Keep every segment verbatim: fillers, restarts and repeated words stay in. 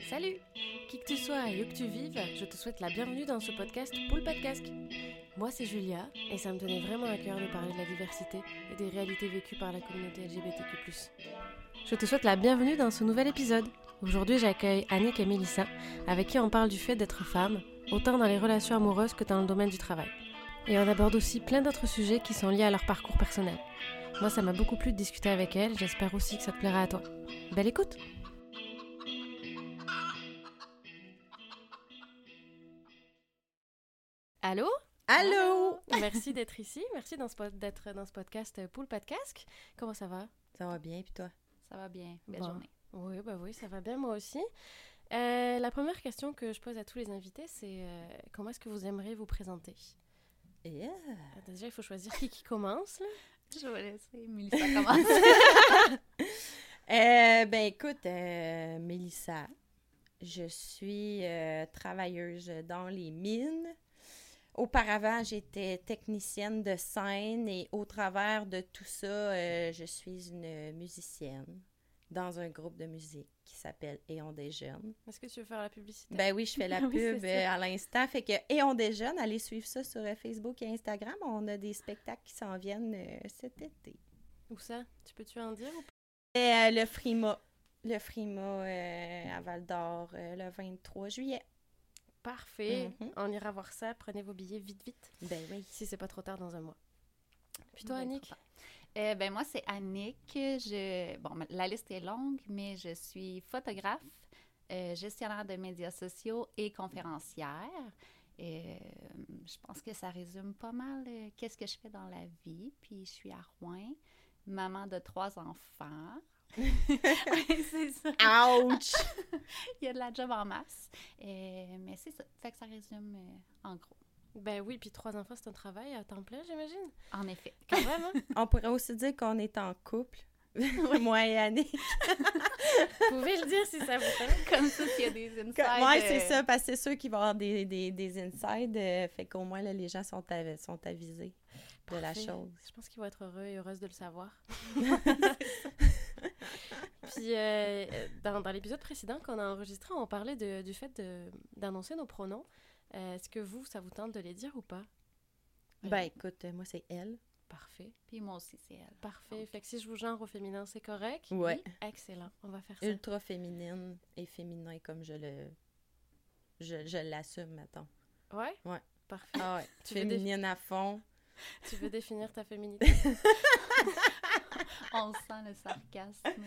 Salut! Qui que tu sois et où que tu vives, je te souhaite la bienvenue dans ce podcast Poule Pas de Casque. Moi c'est Julia et ça me tenait vraiment à cœur de parler de la diversité et des réalités vécues par la communauté L G B T Q plus. Je te souhaite la bienvenue dans ce nouvel épisode. Aujourd'hui j'accueille Annick et Mélissa, avec qui on parle du fait d'être femme, autant dans les relations amoureuses que dans le domaine du travail. Et on aborde aussi plein d'autres sujets qui sont liés à leur parcours personnel. Moi ça m'a beaucoup plu de discuter avec elles, j'espère aussi que ça te plaira à toi. Belle écoute! Allô? Allô? Merci d'être ici. Merci dans ce, d'être dans ce podcast Poule Pas de Casque. Comment ça va? Ça va bien, puis toi? Ça va bien. Belle bon. journée. Oui, bah oui, ça va bien, moi aussi. Euh, la première question que je pose à tous les invités, c'est euh, comment est-ce que vous aimeriez vous présenter? Yeah. Déjà, il faut choisir qui qui commence, là. Je vais laisser Mélissa commencer. euh, ben écoute, euh, Mélissa, je suis euh, travailleuse dans les mines. Auparavant, j'étais technicienne de scène et au travers de tout ça, euh, je suis une musicienne dans un groupe de musique qui s'appelle Et on déjeune. Est-ce que tu veux faire la publicité? Ben oui, je fais la Oui, pub c'est ça. euh, à l'instant. Fait que Et on déjeune, allez suivre ça sur euh, Facebook et Instagram. On a des spectacles qui s'en viennent euh, cet été. Où ça? Tu peux-tu en dire ou pas? Et, euh, le Frima. Le Frima euh, à Val-d'Or euh, le vingt-trois juillet. Parfait. Mhm. On ira voir ça. Prenez vos billets vite, vite. Ben oui. Si c'est pas trop tard dans un mois. Puis toi, Ben, Annick? trop tard. Euh, ben moi, c'est Annick. Je... Bon, la liste est longue, mais je suis photographe, euh, gestionnaire de médias sociaux et conférencière. Euh, je pense que ça résume pas mal euh, qu'est-ce que je fais dans la vie. Puis je suis à Rouen, maman de trois enfants. C'est ça. Ouch! Il y a de la job en masse. Euh, mais c'est ça. Fait que ça résume euh, en gros. Ben oui, puis trois enfants, c'est un travail à temps plein, j'imagine. En effet. Quand même, hein? On pourrait aussi dire qu'on est en couple. Moi et Annick. Vous pouvez le dire si ça vous tente. Comme ça, s'il y a des insides. Ouais, c'est euh, ça, parce que c'est sûr qu'il va y avoir des, des, des insides. euh, fait qu'au moins, là, les gens sont, av- sont avisés de la Parfait. chose. Je pense qu'ils vont être heureux et heureuses de le savoir. Puis, euh, dans, dans l'épisode précédent qu'on a enregistré, on parlait de, du fait de, d'annoncer nos pronoms. Euh, est-ce que vous, ça vous tente de les dire ou pas? Ben écoute, euh, moi, c'est elle. Parfait. Puis moi aussi, c'est elle. Parfait. Fait que si je vous genre au féminin, c'est correct? Ouais. Oui? Excellent. On va faire ça. Ultra féminine et féminin comme je le... Je, je l'assume, mettons. Ouais? Ouais. Parfait. Ah ouais. Tu veux Féminine à fond. Tu veux définir ta féminité? On sent le sarcasme.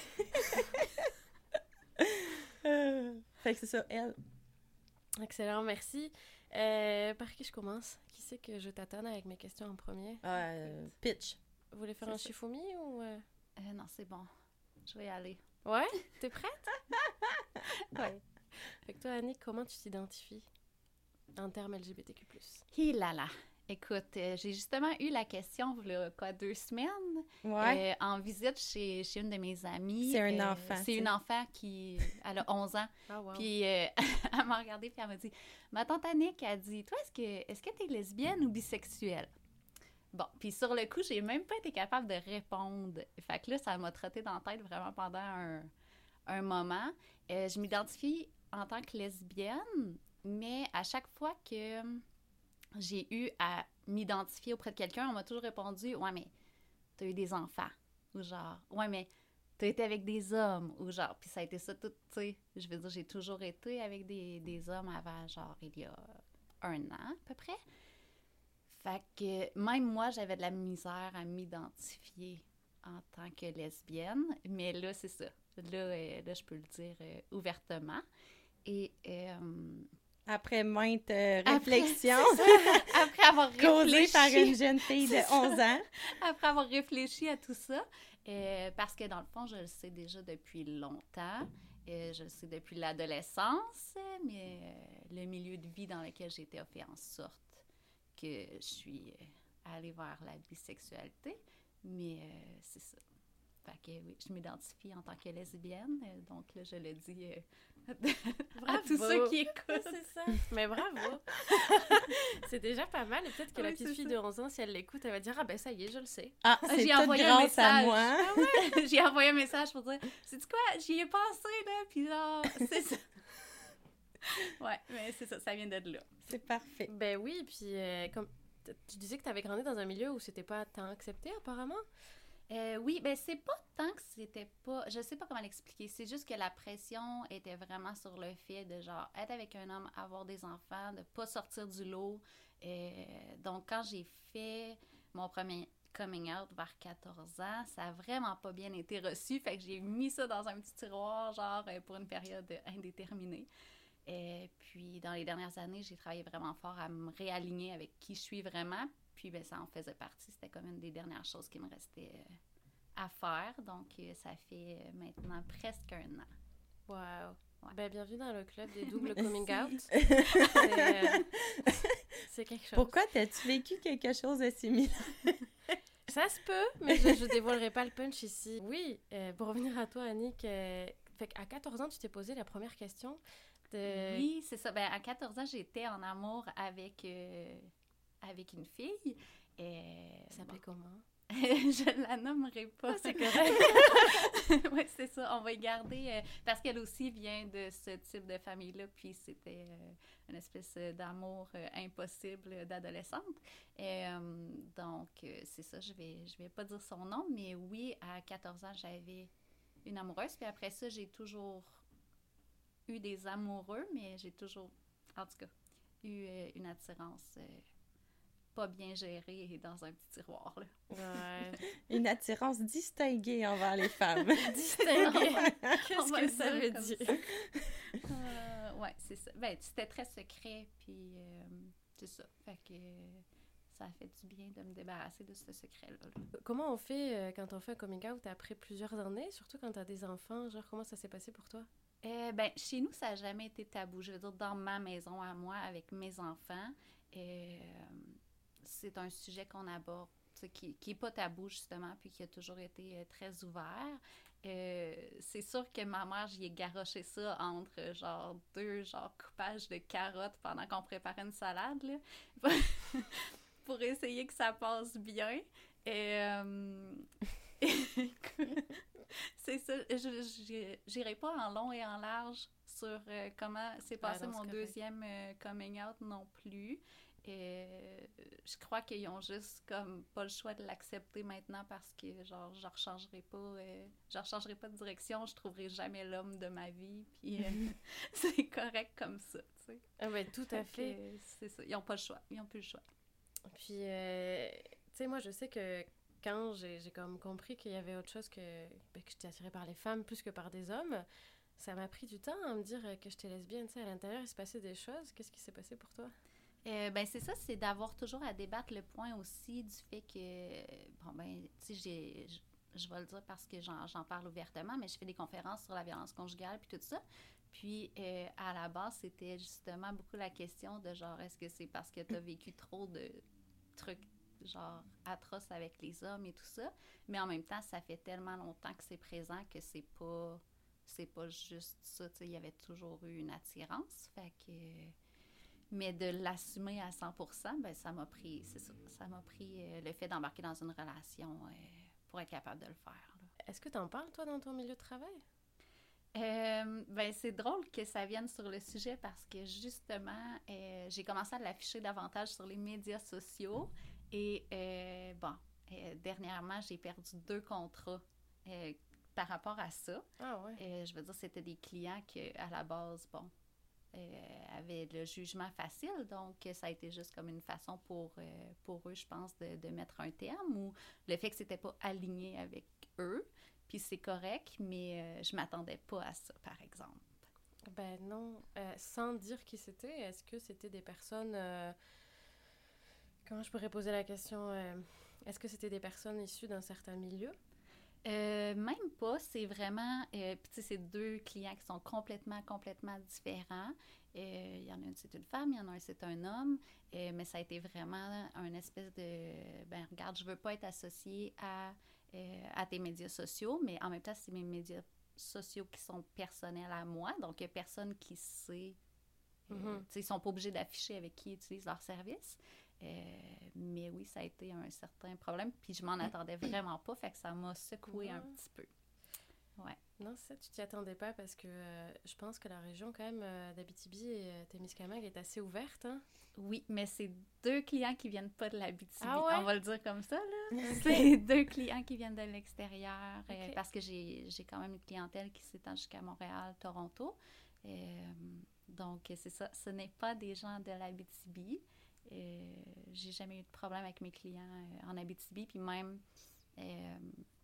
Euh, fait que c'est ça, elle. Excellent, merci. Euh, par qui je commence? Qui c'est que je tâtonne avec mes questions en premier? Euh, pitch. Vous voulez faire C'est un ça. Shifumi ou... euh? Euh, non, c'est bon. Je vais y aller. Ouais? T'es prête? Ouais. Fait que toi, Annick, comment tu t'identifies en termes L G B T Q plus? Hi là là. Écoute, euh, j'ai justement eu la question, il y a quoi, deux semaines, Ouais. euh, en visite chez, chez une de mes amies. C'est un Euh, enfant, C'est tu une sais. enfant qui, elle a onze ans. Ah, wow. Puis euh, elle m'a regardée puis elle m'a dit, ma tante Annick a dit, toi, est-ce que est-ce que t'es lesbienne ou bisexuelle? Bon, puis sur le coup, j'ai même pas été capable de répondre. Fait que là, ça m'a trotté dans la tête vraiment pendant un, un moment. Euh, je m'identifie en tant que lesbienne, mais à chaque fois que j'ai eu à m'identifier auprès de quelqu'un, on m'a toujours répondu « Ouais, mais t'as eu des enfants. » Ou genre « Ouais, mais t'as été avec des hommes. » Ou genre, puis ça a été ça tout, tu sais. Je veux dire, j'ai toujours été avec des, des hommes avant, genre, il y a un an à peu près. Fait que même moi, j'avais de la misère à m'identifier en tant que lesbienne. Mais là, c'est ça. Là, euh, là je peux le dire euh, ouvertement. Et... Euh, Après maintes euh, Après, réflexions après avoir causées réfléchi, par une jeune fille de onze ans. après avoir réfléchi à tout ça, euh, parce que dans le fond, je le sais déjà depuis longtemps, euh, je le sais depuis l'adolescence, mais euh, le milieu de vie dans lequel j'ai été a fait en sorte que je suis euh, allée vers la bisexualité, mais euh, c'est ça. Fait que oui, je m'identifie en tant que lesbienne, euh, donc là, je le dis euh, à tous ceux qui écoutent. C'est ça. Mais bravo. C'est déjà pas mal. Et peut-être que Oui, la petite c'est fille ça. de onze ans, si elle l'écoute, elle va dire « Ah ben ça y est, je le sais. Ah, c'est J'ai tout envoyé un grâce à message. moi. Ah ouais? J'ai envoyé un message pour dire « C'est quoi? J'y ai pensé, là. » Puis genre, c'est ça. Ouais, mais c'est ça. Ça vient de là. C'est parfait. » Ben oui, puis euh, comme t- tu disais que tu avais grandi dans un milieu où c'était pas tant accepté, apparemment. Euh, oui, ben c'est pas tant que c'était pas... Je sais pas comment l'expliquer. C'est juste que la pression était vraiment sur le fait de, genre, être avec un homme, avoir des enfants, de pas sortir du lot. Euh, donc, quand j'ai fait mon premier coming out vers quatorze ans, ça a vraiment pas bien été reçu. Fait que j'ai mis ça dans un petit tiroir, genre, euh, pour une période indéterminée. Et puis, dans les dernières années, j'ai travaillé vraiment fort à me réaligner avec qui je suis vraiment. Puis, ben, ça en faisait partie. C'était comme une des dernières choses qui me restait euh, à faire. Donc, euh, ça fait euh, maintenant presque un an. Wow. Ouais. Ben bienvenue dans le club des doubles Merci. coming out. C'est, euh, c'est quelque chose. Pourquoi t'as-tu vécu quelque chose de similaire? Ça se peut, mais je, je dévoilerai pas le punch ici. Oui, euh, pour revenir à toi, Annick, euh, fait qu'à quatorze ans, tu t'es posé la première question de... Oui, c'est ça. Ben, à quatorze ans, j'étais en amour avec, euh, avec une fille. Et, Ça s'appelait bon, comment? je la nommerai pas. Ah, c'est correct. Oui, c'est ça. On va y garder euh, parce qu'elle aussi vient de ce type de famille-là. Puis c'était euh, une espèce d'amour euh, impossible d'adolescente. Et, euh, donc, euh, c'est ça. Je vais, je vais pas dire son nom, mais oui, à quatorze ans, j'avais une amoureuse. Puis après ça, j'ai toujours eu des amoureux, mais j'ai toujours, en tout cas, eu euh, une attirance euh, pas bien gérée et dans un petit tiroir, là. Ouais. Une attirance distinguée envers les femmes. Distingué. On Qu'est-ce va que le ça dire veut comme dire? ça. Euh, ouais, c'est ça. Ben, c'était très secret, puis euh, c'est ça. Fait que euh, ça a fait du bien de me débarrasser de ce secret-là. là. Comment on fait euh, quand on fait un coming out après plusieurs années, surtout quand t'as des enfants? Genre, comment ça s'est passé pour toi? Euh, ben, chez nous, ça n'a jamais été tabou. Je veux dire, dans ma maison à moi, avec mes enfants, euh, c'est un sujet qu'on aborde, tu sais, qui n'est pas tabou, justement, puis qui a toujours été euh, très ouvert. Euh, c'est sûr que ma mère, j'y ai garoché ça entre, euh, genre, deux, genre, coupages de carottes pendant qu'on préparait une salade, là, pour essayer que ça passe bien. Et... euh, c'est ça, je n'irai pas en long et en large sur euh, comment s'est passé Ah non, mon c'est correct. deuxième euh, coming out non plus. Euh, je crois qu'ils ont juste comme pas le choix de l'accepter maintenant parce que genre je rechangerai pas euh, je rechangerai pas de direction, je trouverai jamais l'homme de ma vie, puis euh, c'est correct comme ça, tu sais. Ah ben, tout à Fait fait. que, c'est ça, ils ont pas le choix, ils ont plus le choix. Puis, euh, tu sais, moi, je sais que quand j'ai, j'ai comme compris qu'il y avait autre chose que, ben, que j'étais attirée par les femmes plus que par des hommes, ça m'a pris du temps à me dire que j'étais lesbienne. Tu sais, à l'intérieur, il se passait des choses. Qu'est-ce qui s'est passé pour toi? Euh, ben c'est ça, c'est d'avoir toujours à débattre le point aussi du fait que, bon ben, tu sais, j'ai, je, je vais le dire parce que j'en, j'en parle ouvertement, mais je fais des conférences sur la violence conjugale puis tout ça. Puis, euh, à la base, c'était justement beaucoup la question de genre, est-ce que c'est parce que tu as vécu trop de trucs, genre, atroces avec les hommes et tout ça? Mais en même temps, ça fait tellement longtemps que c'est présent que c'est pas, c'est pas juste ça, tu sais, il y avait toujours eu une attirance, fait que... Mais de l'assumer à cent pour cent, ben ça m'a pris, c'est ça, ça m'a pris euh, le fait d'embarquer dans une relation euh, pour être capable de le faire, là. Est-ce que t'en parles, toi, dans ton milieu de travail? Euh, ben c'est drôle que ça vienne sur le sujet parce que justement, euh, j'ai commencé à l'afficher davantage sur les médias sociaux et euh, bon, euh, dernièrement, j'ai perdu deux contrats euh, par rapport à ça. Ah ouais. Euh, je veux dire, c'était des clients qui, à la base, bon, euh, avaient le jugement facile, donc ça a été juste comme une façon pour, euh, pour eux, je pense, de, de mettre un terme, ou le fait que c'était pas aligné avec eux. Puis c'est correct, mais euh, je m'attendais pas à ça, par exemple. Ben non. Euh, sans dire qui c'était, est-ce que c'était des personnes... euh, Comment je pourrais poser la question? euh, Est-ce que c'était des personnes issues d'un certain milieu? Euh, même pas, c'est vraiment... Euh, puis tu sais, c'est deux clients qui sont complètement, complètement différents. Euh, il y en a une, c'est une femme, il y en a un, c'est un homme. Euh, mais ça a été vraiment un espèce de... Ben regarde, je veux pas être associée à... Euh, à tes médias sociaux, mais en même temps, c'est mes médias sociaux qui sont personnels à moi. Donc, il n'y a personne qui sait. Euh, Mm-hmm. tu sais, ils ne sont pas obligés d'afficher avec qui ils utilisent leur service. Euh, mais oui, ça a été un certain problème. Puis je m'en attendais vraiment pas. Fait que ça m'a secoué Ouais. un petit peu. Ouais. Non, ça, tu t'y attendais pas parce que euh, je pense que la région, quand même, euh, d'Abitibi et euh, Témiscamingue est assez ouverte. Hein? Oui, mais c'est deux clients qui viennent pas de l'Abitibi. Ah ouais? On va le dire comme ça, là. Ok. C'est deux clients qui viennent de l'extérieur. euh, Ok. parce que j'ai, j'ai quand même une clientèle qui s'étend jusqu'à Montréal, Toronto. Euh, donc, c'est ça. Ce n'est pas des gens de l'Abitibi. Euh, j'ai jamais eu de problème avec mes clients euh, en Abitibi. Puis même... Euh,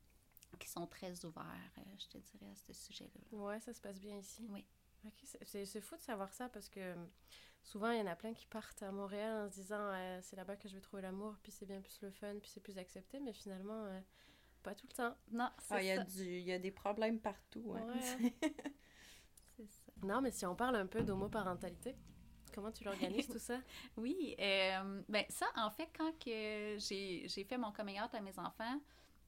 qui sont très ouverts, euh, je te dirais, à ce sujet-là. Ouais, ça se passe bien ici. Oui. Ok, c'est, c'est, c'est fou de savoir ça parce que euh, souvent, il y en a plein qui partent à Montréal en se disant euh, c'est là-bas que je vais trouver l'amour, puis c'est bien plus le fun, puis c'est plus accepté, mais finalement, euh, pas tout le temps. Non, c'est Ah, il y a ça. du, il y a des problèmes partout. Hein. Ouais. C'est ça. Non, mais si on parle un peu d'homoparentalité, comment tu l'organises tout ça? Oui, euh, ben ça, en fait, quand que j'ai, j'ai fait mon coming out à mes enfants,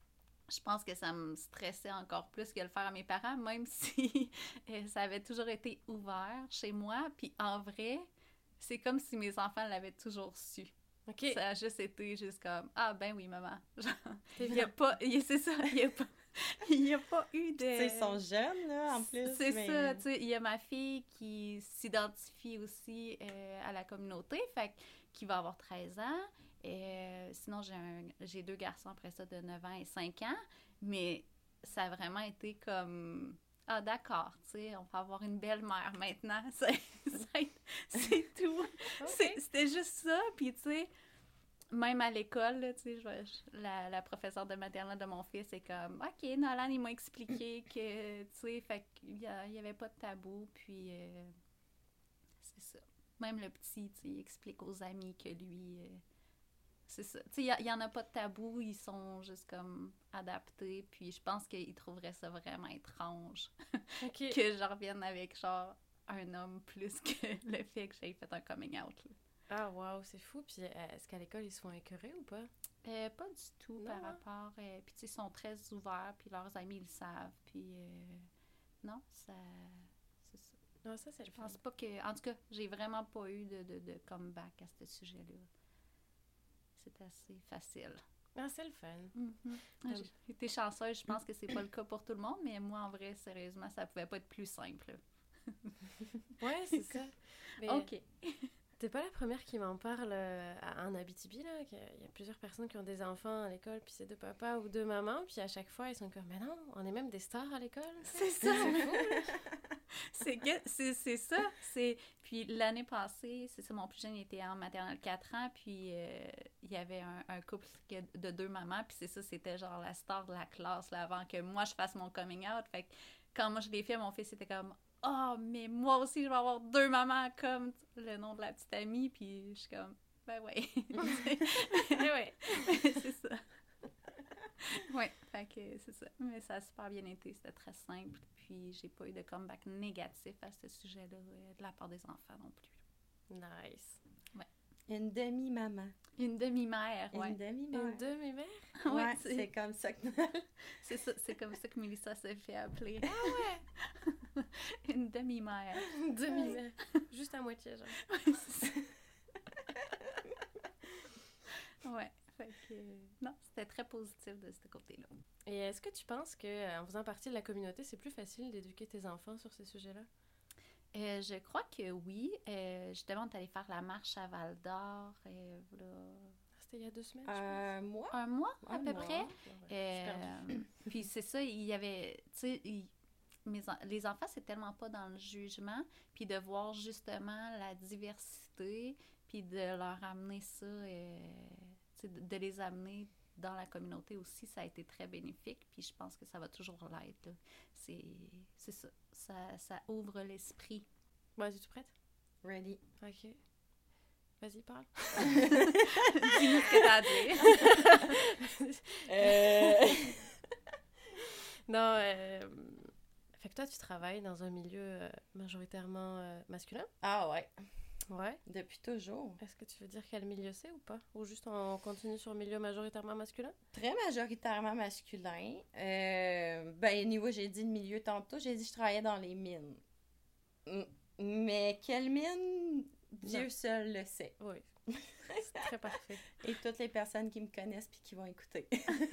je pense que ça me stressait encore plus que le faire à mes parents, même si euh, ça avait toujours été ouvert chez moi. Puis en vrai, c'est comme si mes enfants l'avaient toujours su. Ok. Ça a juste été juste comme « Ah ben oui, maman! » Genre, T'es il n'y a pas... il- C'est ça, il n'y a pas... Il n'y a pas eu de... Tu sais, ils sont jeunes, là, en plus. C'est mais... ça, tu sais, il y a ma fille qui s'identifie aussi euh, à la communauté, fait que- qui va avoir treize ans. Euh, sinon, j'ai, un, j'ai deux garçons après ça de neuf ans et cinq ans, mais ça a vraiment été comme... Ah, d'accord, tu sais, on va avoir une belle-mère maintenant. C'est, c'est, c'est tout. C'est- c'était juste ça, puis tu sais... Même à l'école, là, tu sais, je- je- la, la professeure de maternelle de mon fils est comme « OK, Nolan, il m'a expliqué que, tu sais, fait qu'il y, a- il y avait pas de tabou, puis euh, c'est ça. » Même le petit, tu sais, il explique aux amis que lui, euh, c'est ça. Tu sais, il y a- il y en a pas de tabou, ils sont juste comme adaptés, puis je pense qu'ils trouveraient ça vraiment étrange Ok. que je revienne avec, genre, un homme plus que le fait que j'aie fait un coming out, là. Ah, waouh, c'est fou. Puis euh, est-ce qu'à l'école, ils se font écœurer ou pas? Euh, pas du tout Non, par hein? rapport. euh, puis, tu sais, ils sont très ouverts, puis leurs amis, ils le savent. Puis, euh, non, ça. C'est ça. Non, ça, c'est Je le fun. pense pas que. En tout cas, j'ai vraiment pas eu de, de, de comeback à ce sujet-là. C'est assez facile. Ah, c'est le fun. Ah, j'ai été chanceuse. Je pense que c'est pas le cas pour tout le monde, mais moi, en vrai, sérieusement, ça pouvait pas être plus simple. Ouais, c'est ça. Mais, OK. T'es pas la première qui m'en parle euh, à- en Abitibi, là. qu'il y a- Il y a plusieurs personnes qui ont des enfants à l'école, puis c'est deux papas ou deux mamans, puis à chaque fois, ils sont comme, mais non, on est même des stars à l'école. C'est ça. C'est fou, là. c'est, que- c'est, c'est ça. C'est... Puis l'année passée, c'est ça, mon plus jeune il était en maternelle quatre ans, puis euh, il y avait un, un couple que- de deux mamans, puis c'est ça, c'était genre la star de la classe, là, avant que moi, je fasse mon coming out. Fait que quand moi, je l'ai fait, mon fils était comme... « Oh, mais moi aussi, je vais avoir deux mamans comme le nom de la petite amie. » Puis je suis comme « Ben ouais. » Eh ouais. C'est ça. Oui, fait que c'est ça. Mais ça a super bien été, c'était très simple. Puis j'ai pas eu de comeback négatif à ce sujet-là euh, de la part des enfants non plus. Nice. Une demi-maman. Une demi-mère, ouais. Une demi-mère. Une demi-mère? Ouais, Ouais, c'est... c'est, comme ça que... c'est ça, c'est comme ça que Mélissa se fait appeler. Ah ouais! Une demi-mère. Une demi-mère. Juste à moitié, genre. Ouais, c'est ça. Ouais, fait que... Non, c'était très positif de ce côté-là. Et est-ce que tu penses qu'en faisant partie de la communauté, c'est plus facile d'éduquer tes enfants sur ces sujets-là? Euh, je crois que oui. Euh, justement, on est allé faire la marche à Val-d'Or, euh, voilà, C'était il y a deux semaines, Euh, moi? un mois à Un peu mois. près. je pense. Euh, puis c'est ça, il y avait, tu sais, il- mes en- les enfants, c'est tellement pas dans le jugement, puis de voir justement la diversité, puis de leur amener ça, euh, tu sais, de, de les amener dans la communauté aussi, ça a été très bénéfique, puis je pense que ça va toujours l'être, là. C'est, c'est ça. ça, ça ouvre l'esprit. Bon, es-tu prête? Ready. Ok. Vas-y, parle. Dis-nous ce que t'as à dire. Euh... Non, euh... Fait que toi, tu travailles dans un milieu euh, majoritairement euh, masculin. Ah ouais. Ouais. Depuis toujours. Est-ce que tu veux dire quel milieu c'est ou pas? Ou juste on continue sur milieu majoritairement masculin? Très majoritairement masculin. Euh, ben, niveau, j'ai dit le milieu tantôt, j'ai dit que je travaillais dans les mines. Mm. Mais quelle mine? Dieu Non. seul le sait. Oui. C'est très parfait. Et toutes les personnes qui me connaissent puis qui vont écouter.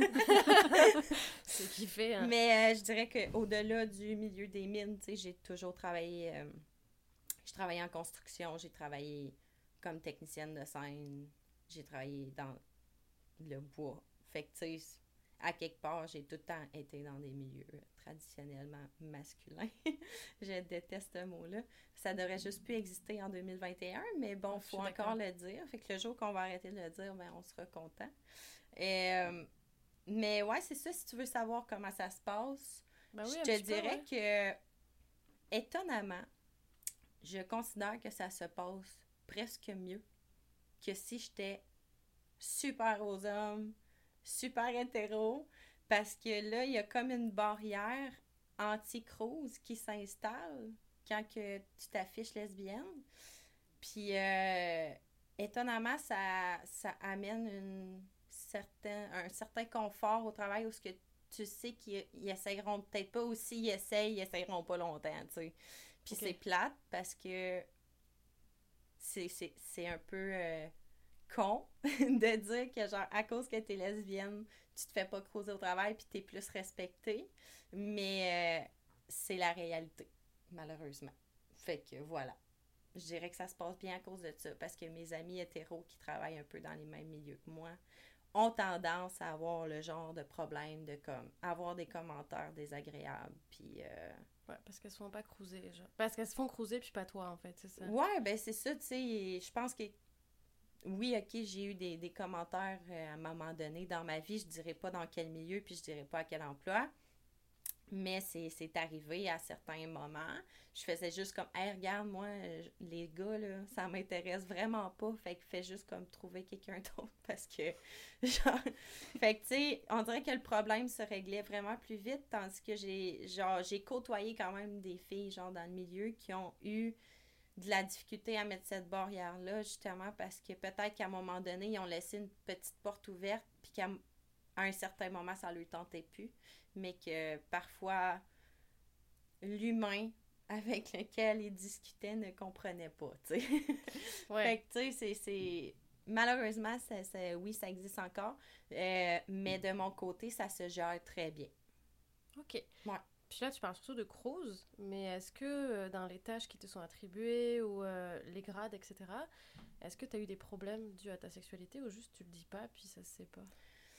C'est kiffé, hein? Mais euh, je dirais qu'au-delà du milieu des mines, tu sais, j'ai toujours travaillé... Euh, j'ai travaillé en construction, j'ai travaillé comme technicienne de scène, j'ai travaillé dans le bois. Fait que, tu sais, à quelque part, j'ai tout le temps été dans des milieux traditionnellement masculins. Je déteste ce mot-là. Ça devrait juste plus exister en deux mille vingt et un, mais bon, il faut encore le dire. Fait que le jour qu'on va arrêter de le dire, ben, on sera content. Et, euh, mais ouais, c'est ça, si tu veux savoir comment ça se passe, Ben oui, je un te petit peu, dirais ouais. que, étonnamment, je considère que ça se passe presque mieux que si j'étais super aux hommes, super hétéro, parce que là, il y a comme une barrière anti-cruise qui s'installe quand que tu t'affiches lesbienne. Puis, euh, étonnamment, ça, ça amène une certain, un certain confort au travail où ce que tu sais qu'ils ils essaieront peut-être pas, aussi ils essayent, ils essaieront pas longtemps, tu sais. Puis Ok. c'est plate parce que c'est, c'est, c'est un peu euh, con de dire que, genre, à cause que t'es lesbienne, tu te fais pas cruiser au travail puis t'es plus respectée. Mais euh, c'est la réalité, malheureusement. Fait que voilà. Je dirais que ça se passe bien à cause de ça, parce que mes amis hétéros qui travaillent un peu dans les mêmes milieux que moi ont tendance à avoir le genre de problème de comme avoir des commentaires désagréables, puis euh, Ouais, parce qu'elles se font pas cruiser, genre. Parce qu'elles se font cruiser, puis pas toi, en fait, c'est ça. ouais, ben c'est ça, tu sais, je pense que oui, ok, j'ai eu des, des commentaires euh, à un moment donné dans ma vie, je dirais pas dans quel milieu, puis je dirais pas à quel emploi, mais c'est, c'est arrivé à certains moments. Je faisais juste comme, hey, regarde, moi, euh, les gars, là, ça m'intéresse vraiment pas. Fait que fais juste comme trouver quelqu'un d'autre parce que, genre, fait que, tu sais, on dirait que le problème se réglait vraiment plus vite, tandis que j'ai, genre, j'ai côtoyé quand même des filles, genre, dans le milieu qui ont eu de la difficulté à mettre cette barrière-là, justement, parce que peut-être qu'à un moment donné, ils ont laissé une petite porte ouverte, puis qu'à à un certain moment, ça ne leur tentait plus, mais que parfois, l'humain avec lequel ils discutaient ne comprenait pas, tu sais. Ouais. Fait que, tu sais, c'est, c'est... Malheureusement, ça, ça, oui, ça existe encore, euh, mais de mon côté, ça se gère très bien. Ok. Ouais. Puis là, tu parles surtout de cruise, mais est-ce que euh, dans les tâches qui te sont attribuées ou euh, les grades, et cetera, est-ce que tu as eu des problèmes dus à ta sexualité ou juste tu le dis pas puis ça se sait pas?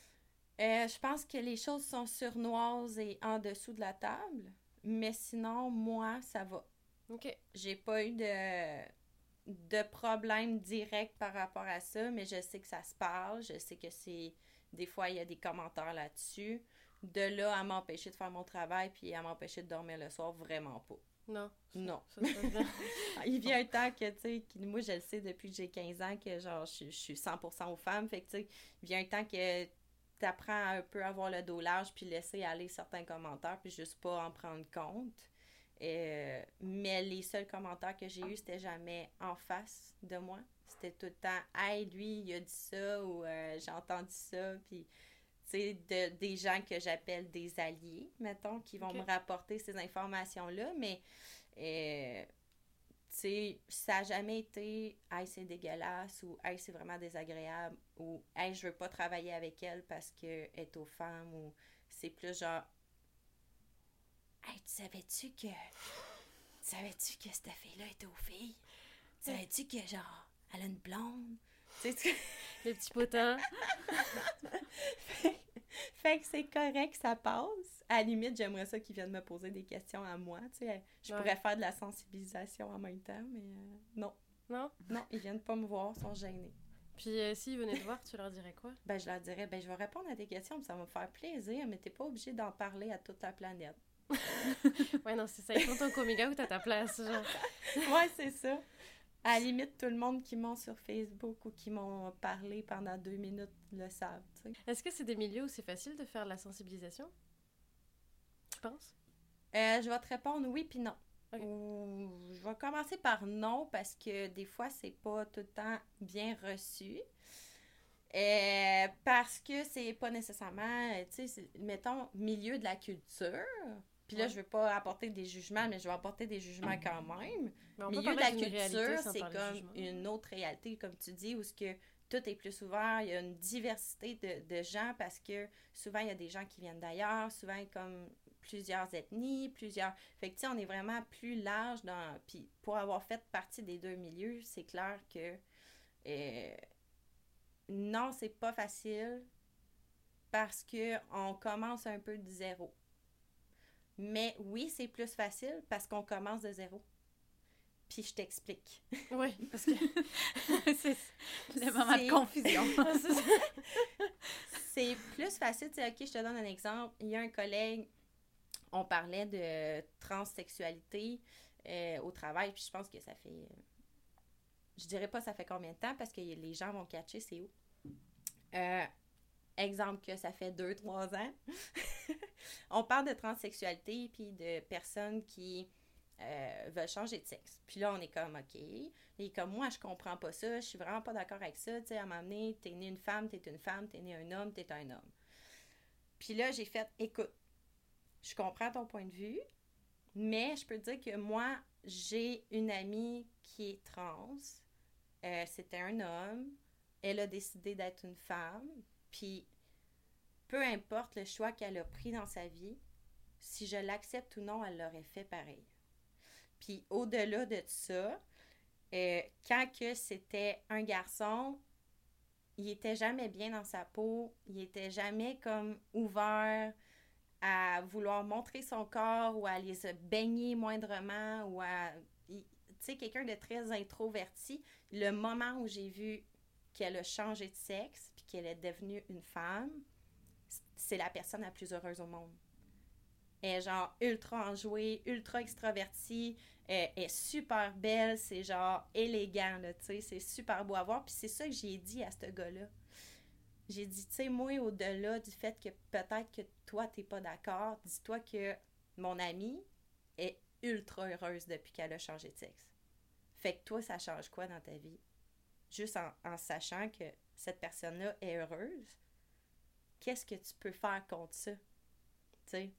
Euh, je pense que les choses sont surnoises et en dessous de la table, mais sinon, moi, ça va. Ok. J'ai pas eu de, de problème direct par rapport à ça, mais je sais que ça se parle, je sais que c'est... Des fois, il y a des commentaires là-dessus. De là à m'empêcher de faire mon travail puis à m'empêcher de dormir le soir, vraiment pas. Non. Ça, Non. Ça se passe bien. Il vient un temps que, tu sais, que moi, je le sais depuis que j'ai quinze ans, que genre, je, je suis cent pour cent aux femmes. Fait que, tu sais, il vient un temps que t'apprends un peu à avoir le dos large puis laisser aller certains commentaires puis juste pas en prendre compte. Euh, mais les seuls commentaires que j'ai eus, c'était jamais en face de moi. C'était tout le temps « Hey, lui, il a dit ça » ou euh, « J'ai entendu ça », puis tu sais, de, des gens que j'appelle des alliés, mettons, qui vont Ok. me rapporter ces informations-là, mais euh, tu sais, ça n'a jamais été « Hey, c'est dégueulasse » ou « Hey, c'est vraiment désagréable » ou « Hey, je veux pas travailler avec elle parce qu'elle est aux femmes » ou c'est plus genre « Hey, tu savais-tu que... Tu savais-tu que cette fille-là est aux filles? Tu savais-tu que, genre, elle a une blonde? » Tu sais, tu- Les petits potins. Fait que c'est correct, ça passe. À la limite, j'aimerais ça qu'ils viennent me poser des questions à moi. Tu sais, je Ouais. pourrais faire de la sensibilisation en même temps, mais euh, non. Non? Non, ils viennent pas me voir, ils sont gênés. Puis euh, s'ils venaient te voir, tu leur dirais quoi? Ben, je leur dirais, ben, je vais répondre à tes questions, puis ça va me faire plaisir, mais t'es pas obligé d'en parler à toute la planète. Ouais, non, c'est ça. Ils font ton coming out à ta place, genre. Ouais, c'est ça. À la limite, tout le monde qui m'ont sur Facebook ou qui m'ont parlé pendant deux minutes le savent, tu sais. Est-ce que c'est des milieux où c'est facile de faire de la sensibilisation? Tu penses? Euh, je vais te répondre oui puis non. Okay. Ou je vais commencer par non parce que des fois, c'est pas tout le temps bien reçu. Euh, parce que c'est pas nécessairement, tu sais, mettons, milieu de la culture. Puis là, Ouais. je veux pas apporter des jugements, mais je vais apporter des jugements quand même. Mais on peut Milieu de la parler d'une réalité culture, sans c'est parler de comme jugement. une autre réalité, comme tu dis, où ce que tout est plus ouvert, il y a une diversité de, de gens parce que souvent, il y a des gens qui viennent d'ailleurs, souvent comme plusieurs ethnies, plusieurs... Fait que, tu sais, on est vraiment plus large dans... Puis pour avoir fait partie des deux milieux, c'est clair que... Euh, non, c'est pas facile parce que on commence un peu de zéro. Mais oui, c'est plus facile parce qu'on commence de zéro. Puis je t'explique. Oui, parce que c'est le moment C'est- de confusion. c'est ça. C'est plus facile, tu sais, ok, je te donne un exemple. Il y a un collègue, on parlait de transsexualité euh, au travail, puis je pense que ça fait... euh, je dirais pas ça fait combien de temps parce que les gens vont catcher c'est où. Euh, exemple que ça fait deux trois ans. On parle de transsexualité puis de personnes qui euh, veulent changer de sexe. Puis là, on est comme, OK. Et comme moi, je comprends pas ça. Je suis vraiment pas d'accord avec ça. Tu sais, à un moment donné, t'es né une femme, t'es une femme. T'es né un homme, t'es un homme. Puis là, j'ai fait, écoute, je comprends ton point de vue, mais je peux te dire que moi, j'ai une amie qui est trans. Euh, c'était un homme. Elle a décidé d'être une femme. Puis, peu importe le choix qu'elle a pris dans sa vie, si je l'accepte ou non, elle l'aurait fait pareil. Puis, au-delà de ça, euh, quand que c'était un garçon, il était jamais bien dans sa peau. Il était jamais comme ouvert à vouloir montrer son corps ou à aller se baigner moindrement ou à... Tu sais, quelqu'un de très introverti. Le moment où j'ai vu qu'elle a changé de sexe puis qu'elle est devenue une femme, c'est la personne la plus heureuse au monde. Elle est genre ultra enjouée, ultra extravertie, elle est super belle, c'est genre élégant, là, tu sais, c'est super beau à voir. Puis c'est ça que j'ai dit à ce gars-là. J'ai dit, tu sais, moi, au-delà du fait que peut-être que toi, t'es pas d'accord, dis-toi que mon amie est ultra heureuse depuis qu'elle a changé de sexe. Fait que toi, ça change quoi dans ta vie? Juste en, en sachant que cette personne-là est heureuse, qu'est-ce que tu peux faire contre ça? Tu sais,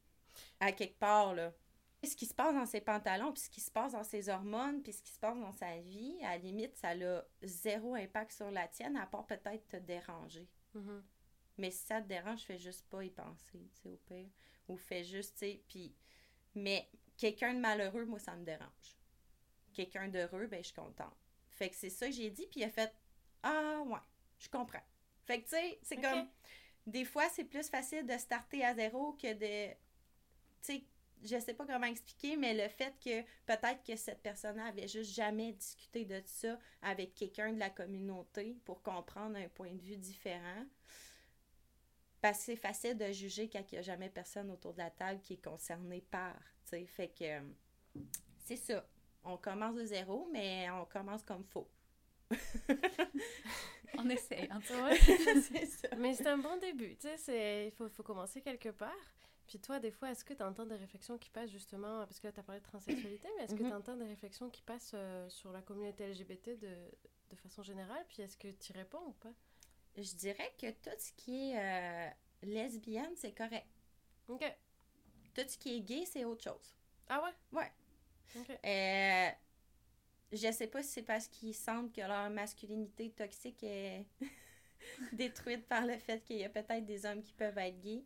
à quelque part, là. Ce qui se passe dans ses pantalons, puis ce qui se passe dans ses hormones, puis ce qui se passe dans sa vie, à la limite, ça a zéro impact sur la tienne, à part peut-être te déranger. Mhm. Mais si ça te dérange, fais juste pas y penser, tu sais, au pire. Ou fais juste, tu sais, puis... Mais quelqu'un de malheureux, moi, ça me dérange. Quelqu'un d'heureux, ben, je suis contente. Fait que c'est ça que j'ai dit, puis il a fait « Ah, ouais, je comprends. » Fait que, tu sais, c'est Ok. comme... Des fois, c'est plus facile de starter à zéro que de... Tu sais, je sais pas comment expliquer, mais le fait que peut-être que cette personne-là avait juste jamais discuté de ça avec quelqu'un de la communauté pour comprendre un point de vue différent. Parce que c'est facile de juger quand il n'y a jamais personne autour de la table qui est concerné par, tu sais. Fait que euh, c'est ça. On commence de zéro, mais on commence comme faux. On essaie, en tout cas. Ouais. C'est ça. Mais c'est un bon début, tu sais, c'est... il faut, faut commencer quelque part. Puis toi, des fois, est-ce que tu entends des réflexions qui passent justement, parce que là, tu as parlé de transsexualité, mais est-ce que Mhm. tu entends des réflexions qui passent euh, sur la communauté L G B T de, de façon générale, puis est-ce que tu y réponds ou pas? Je dirais que tout ce qui est euh, lesbienne, c'est correct. Ok. Tout ce qui est gay, c'est autre chose. Ah ouais? Ouais. Ok. Euh, je sais pas si c'est parce qu'ils sentent que leur masculinité toxique est détruite par le fait qu'il y a peut-être des hommes qui peuvent être gays.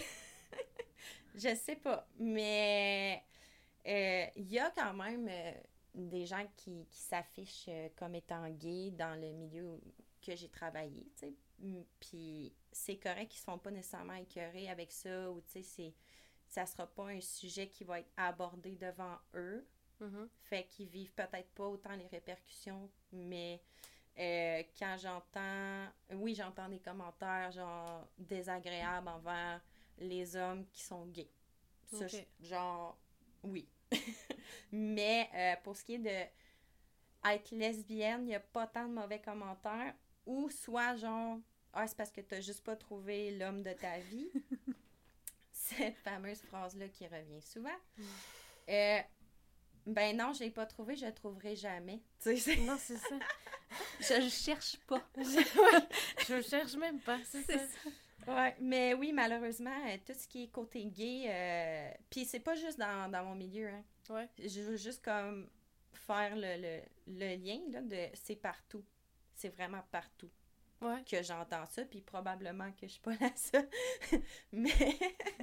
Je sais pas. Mais euh, il y a quand même euh, des gens qui, qui s'affichent euh, comme étant gays dans le milieu où- que j'ai travaillé, tu sais. Mm, Puis c'est correct qu'ils se font pas nécessairement écœurer avec ça ou tu sais, c'est ça sera pas un sujet qui va être abordé devant eux. Mhm. Fait qu'ils vivent peut-être pas autant les répercussions, mais euh, quand j'entends... Oui, j'entends des commentaires, genre, désagréables envers les hommes qui sont gays. Ça, Ok. je- genre, oui. Mais euh, pour ce qui est de être lesbienne, il n'y a pas tant de mauvais commentaires. Ou soit, genre, ah, c'est parce que t'as juste pas trouvé l'homme de ta vie. Cette fameuse phrase-là qui revient souvent. Euh, Ben non, je l'ai pas trouvé, je le trouverai jamais. Tu sais, c'est- Non, c'est ça. Je le cherche pas. Je le cherche même pas, c'est C'est ça. ça. Ouais, mais oui, malheureusement, euh, tout ce qui est côté gay, euh, puis c'est pas juste dans, dans mon milieu, hein. Ouais. Je veux juste comme faire le, le, le lien, là, de c'est partout. C'est vraiment partout Ouais. que j'entends ça, puis probablement que je suis pas la seule. mais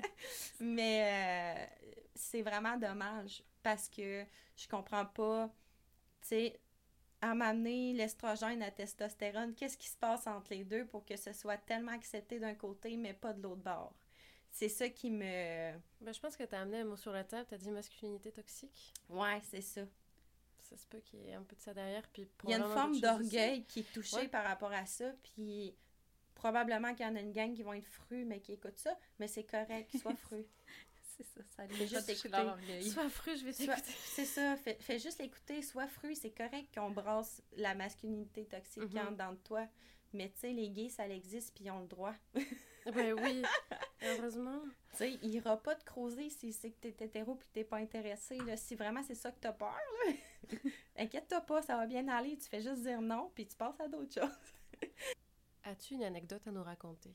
mais euh, c'est vraiment dommage parce que je comprends pas, tu sais, à m'amener l'estrogène, la testostérone, qu'est-ce qui se passe entre les deux pour que ce soit tellement accepté d'un côté, mais pas de l'autre bord. C'est ça qui me... Ben, je pense que t'as amené un mot sur la table, t'as dit masculinité toxique. Ouais, c'est ça. Ça se peut qu'il y ait un peu de ça derrière, puis Il y a une probablement forme d'autres choses d'orgueil qui est touchée Ouais. par rapport à ça, puis probablement qu'il y en a une gang qui vont être frus, mais qui écoutent ça, mais c'est correct, sois fru. C'est ça, ça Fais les juste juste écouter. leur aussi. orgueil. Sois fru, je vais Sois- t'écouter. C'est ça, fais, fais juste l'écouter, sois fru, c'est correct qu'on brasse la masculinité toxique qui Mhm. entre dans toi, mais tu sais, les gays, ça existe, puis ils ont le droit. Ben oui, heureusement. Tu sais, il ira pas te creuser si c'est que t'es hétéro puis que t'es pas intéressé, là. Si vraiment c'est ça que t'as peur, là, inquiète-toi pas, ça va bien aller, tu fais juste dire non, puis tu passes à d'autres choses. As-tu une anecdote à nous raconter?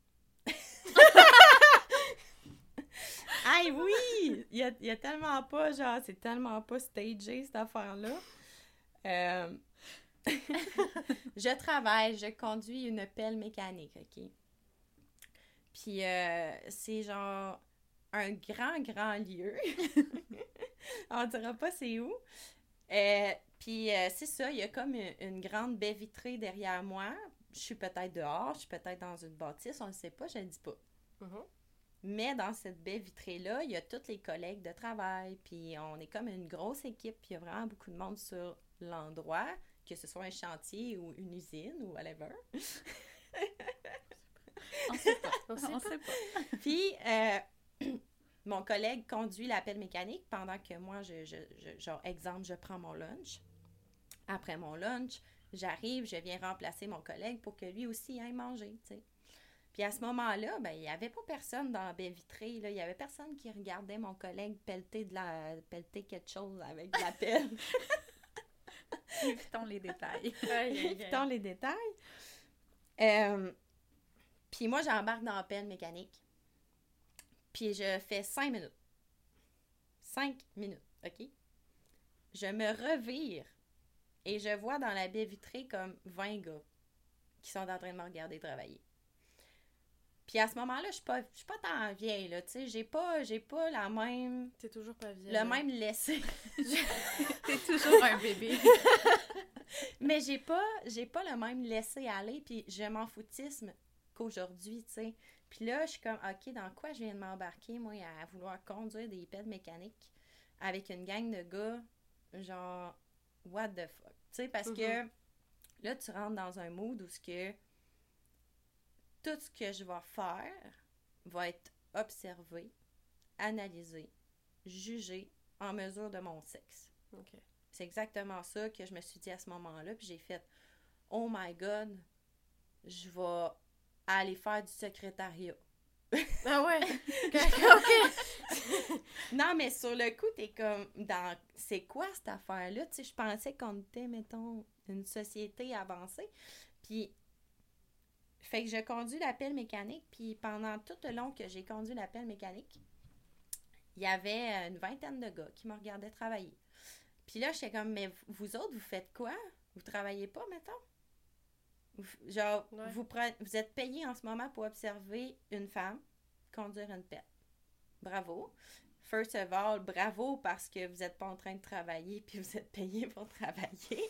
Aïe, oui! Il y a, il y a tellement pas, genre, c'est tellement pas stagé, cette affaire-là. Euh, je travaille, je conduis une pelle mécanique, OK? Puis, euh, c'est genre un grand, grand lieu. On dira pas c'est où. Euh, puis, euh, c'est ça, il y a comme une, une grande baie vitrée derrière moi. Je suis peut-être dehors, je suis peut-être dans une bâtisse, on ne sait pas, je ne le dis pas. Mhm. Mais dans cette baie vitrée-là, il y a tous les collègues de travail, puis on est comme une grosse équipe, puis il y a vraiment beaucoup de monde sur l'endroit, que ce soit un chantier ou une usine ou whatever. On sait pas. On sait On pas. sait pas. Puis, euh, mon collègue conduit la pelle mécanique pendant que moi, je, je, je- genre, exemple, je prends mon lunch. Après mon lunch, j'arrive, je viens remplacer mon collègue pour que lui aussi aille manger, tu sais. Puis à ce moment-là, ben, il n'y avait pas personne dans la baie vitrée, là. Il n'y avait personne qui regardait mon collègue pelleter, de la, pelleter quelque chose avec de la pelle. Évitons les détails. Évitons les détails. Euh, puis moi, j'embarque dans la pelle mécanique. Puis je fais cinq minutes. Cinq minutes, OK? Je me revire et je vois dans la baie vitrée comme vingt gars qui sont en train de me regarder travailler. Puis à ce moment-là, je suis pas, je suis pas tant vieille, là, tu sais. J'ai pas, j'ai pas la même... T'es toujours pas vieille. Le même laisser. T'es toujours un bébé. Mais j'ai pas, j'ai pas le même laisser aller, puis je m'en foutisme qu'aujourd'hui, tu sais. Puis là, je suis comme, OK, dans quoi je viens de m'embarquer, moi, à vouloir conduire des pelles mécaniques avec une gang de gars, genre, what the fuck? Tu sais, parce que là, tu rentres dans un mood où ce que tout ce que je vais faire va être observé, analysé, jugé en mesure de mon sexe. OK. C'est exactement ça que je me suis dit à ce moment-là. Puis j'ai fait « Oh my God, je vais aller faire du secrétariat. Ah ouais? OK. » Non, mais sur le coup, t'es comme dans « C'est quoi cette affaire-là? » Tu sais, je pensais qu'on était, mettons, une société avancée. Puis, fait que je conduis la pelle mécanique. Puis pendant tout le long que j'ai conduit la pelle mécanique, il y avait une vingtaine de gars qui me regardaient travailler. Puis là, j'étais comme, mais vous autres, vous faites quoi? Vous travaillez pas, mettons? Vous- genre, Ouais. vous, pre- vous êtes payé en ce moment pour observer une femme conduire une pelle. Bravo. First of all, bravo parce que vous n'êtes pas en train de travailler puis vous êtes payé pour travailler.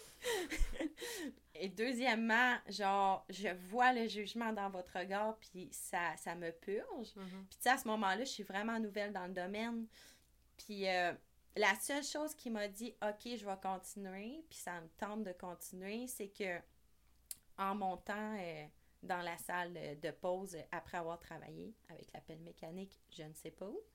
Et deuxièmement, genre, je vois le jugement dans votre regard puis ça, ça me purge. Mhm. Puis tu sais, à ce moment-là, je suis vraiment nouvelle dans le domaine. Puis euh, la seule chose qui m'a dit, OK, je vais continuer, puis ça me tente de continuer, c'est que en montant euh, dans la salle de pause après avoir travaillé avec la pelle mécanique, je ne sais pas où,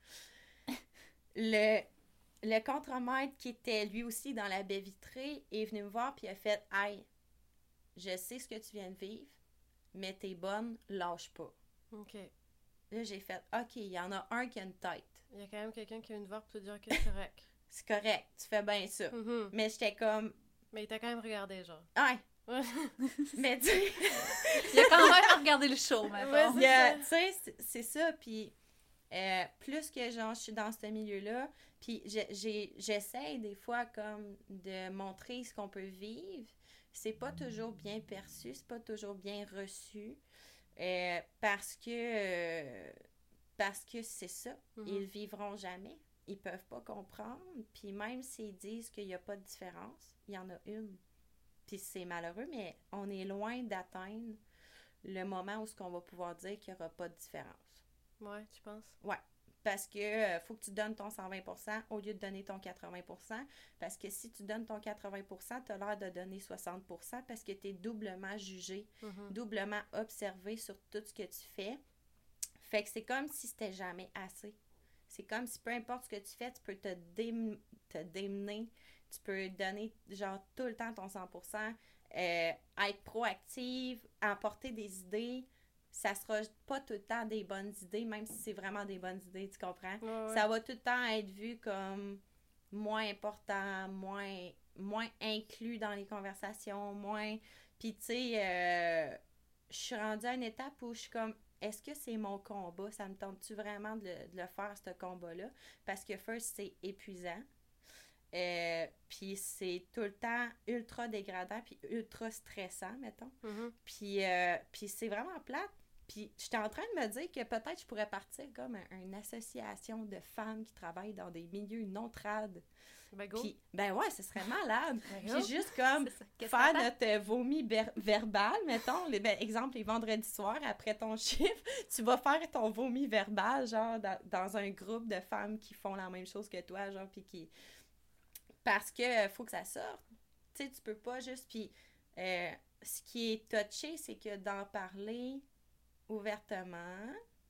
le, le contremaître qui était lui aussi dans la baie vitrée est venu me voir puis a fait « Hey, je sais ce que tu viens de vivre, mais t'es bonne, lâche pas. » OK. Là, j'ai fait « OK, il y en a un qui a une tête. » Il y a quand même quelqu'un qui vient de voir pour te dire que c'est correct. c'est correct, tu fais bien ça. Mhm. Mais j'étais comme, Mais il t'a quand même regardé, genre. ouais, Ouais. mais tu sais, Il a quand même regardé le show, maintenant. Ouais, il y a- tu sais, c'est- c'est ça, puis euh, plus que genre, je suis dans ce milieu-là, puis j'ai- j'ai- j'essaie des fois comme de montrer ce qu'on peut vivre, c'est pas toujours bien perçu, c'est pas toujours bien reçu, euh, parce que, euh, parce que c'est ça, Mhm. ils vivront jamais, ils peuvent pas comprendre, puis même s'ils disent qu'il y a pas de différence, il y en a une. Puis c'est malheureux, mais on est loin d'atteindre le moment où ce qu'on va pouvoir dire qu'il n'y aura pas de différence. Ouais, tu penses? Ouais. Parce que euh, faut que tu donnes ton cent vingt pour cent au lieu de donner ton quatre-vingts pour cent. Parce que si tu donnes ton quatre-vingts pour cent, tu as l'air de donner soixante pour cent parce que tu es doublement jugé, Mhm. doublement observé sur tout ce que tu fais. Fait que c'est comme si c'était jamais assez. C'est comme si peu importe ce que tu fais, tu peux te, dém- te démener. Tu peux donner genre tout le temps ton cent pour cent, euh, être proactive, apporter des idées. Ça sera pas tout le temps des bonnes idées, même si c'est vraiment des bonnes idées, tu comprends? Ouais, ouais. Ça va tout le temps être vu comme moins important, moins, moins inclus dans les conversations, moins... Puis tu sais, euh, je suis rendue à une étape où je suis comme, est-ce que c'est mon combat? Ça me tente-tu vraiment de le, de le faire, ce combat-là? Parce que first, c'est épuisant. Euh, puis c'est tout le temps ultra dégradant puis ultra stressant, mettons. Mhm. Puis, euh, puis c'est vraiment plate. Puis j'étais en train de me dire que peut-être je pourrais partir comme un- une association de femmes qui travaillent dans des milieux non trad. Ben go. Puis, ben ouais, ce serait malade. Ben Puis go. juste comme C'est ça. Qu'est-ce faire que t'attends? notre euh, vomi ber- verbal, mettons, les, ben, exemple, les vendredis soirs, après ton chiffre, tu vas faire ton vomi verbal, genre, dans, dans un groupe de femmes qui font la même chose que toi, genre, puis qui... Parce que euh, faut que ça sorte. Tu sais, tu peux pas juste... Puis, euh, ce qui est touché, c'est que d'en parler ouvertement,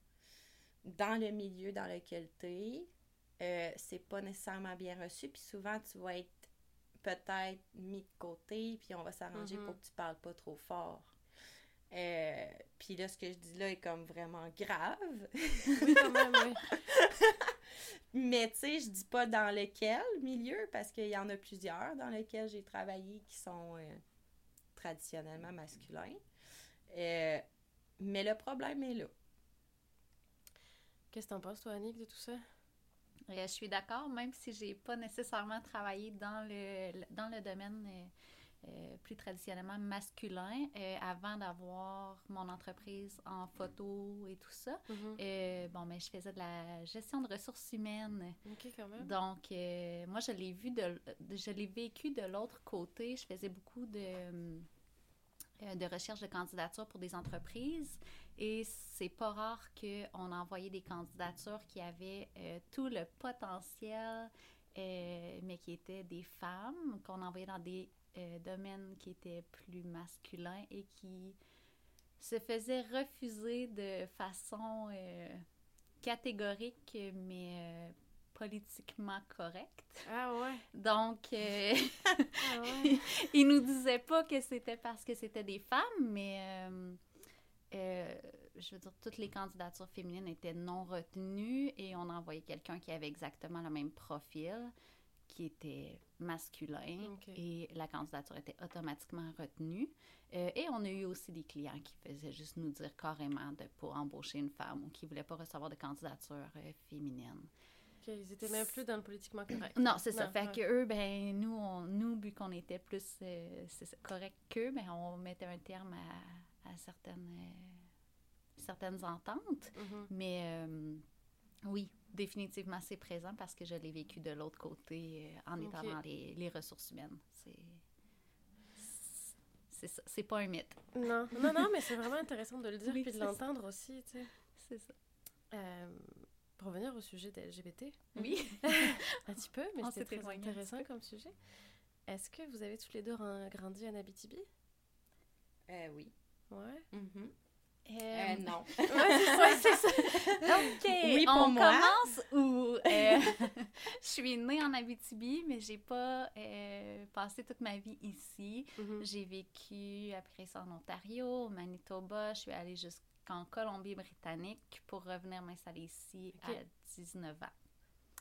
dans le milieu dans lequel tu es, euh, c'est pas nécessairement bien reçu. Puis souvent, tu vas être peut-être mis de côté, puis on va s'arranger Mhm. pour que tu parles pas trop fort. Euh, puis là, ce que je dis là est comme vraiment grave. Oui, quand même, oui. Mais tu sais, je dis pas dans lequel milieu, parce qu'il y en a plusieurs dans lesquels j'ai travaillé qui sont euh, traditionnellement masculins. Euh, mais le problème est là. Qu'est-ce que t'en penses, toi, Annick, de tout ça? Euh, je suis d'accord, même si j'ai pas nécessairement travaillé dans le, le- dans le domaine euh, euh, plus traditionnellement masculin euh, avant d'avoir mon entreprise en photo et tout ça. Mhm. Euh, bon, mais je faisais de la gestion de ressources humaines. Ok, quand même. Donc, euh, moi, je l'ai vu, de, je l'ai vécu de l'autre côté. Je faisais beaucoup de, euh, de recherche de candidatures pour des entreprises et c'est pas rare qu'on envoyait des candidatures qui avaient euh, tout le potentiel, euh, mais qui étaient des femmes, qu'on envoyait dans des euh, domaines qui étaient plus masculins et qui se faisaient refuser de façon euh, catégorique, mais euh, politiquement correcte. Ah ouais. Donc, euh, Ah ouais. ils nous disaient pas que c'était parce que c'était des femmes, mais euh, euh, je veux dire, toutes les candidatures féminines étaient non retenues et on envoyait quelqu'un qui avait exactement le même profil, qui était masculin, Ok. et la candidature était automatiquement retenue. Euh, et on a eu aussi des clients qui faisaient juste nous dire carrément de ne pas embaucher une femme ou qui ne voulaient pas recevoir de candidature euh, féminine. Ok, ils étaient même plus dans le politiquement correct. Non, c'est ça. Non, Fait ouais. que eux, ben, nous, on, nous, vu qu'on était plus euh, c'est ça, correct qu'eux, ben, on mettait un terme à, à certaines, euh, certaines ententes. Mhm. Mais euh, oui, définitivement, c'est présent parce que je l'ai vécu de l'autre côté euh, en étant Ok. dans les, les ressources humaines. C'est, c'est ça. C'est pas un mythe. Non, non, non, mais c'est vraiment intéressant de le dire Oui, puis de c'est ça. l'entendre aussi, tu sais. C'est ça. Euh, pour revenir au sujet des L G B T, Oui. un petit peu, mais On c'était s'est très éloigné un petit intéressant peu. comme sujet. Est-ce que vous avez tous les deux ren- grandi en Abitibi? Euh, oui. Ouais. Mhm. Euh, Euh, non. Ouais, c'est ça, c'est ça. OK, Oui, pour on moi. commence où euh, je suis née en Abitibi, mais j'ai pas euh, passé toute ma vie ici. Mhm. J'ai vécu après ça en Ontario, au Manitoba. Je suis allée jusqu'en Colombie-Britannique pour revenir m'installer ici OK. à dix-neuf ans.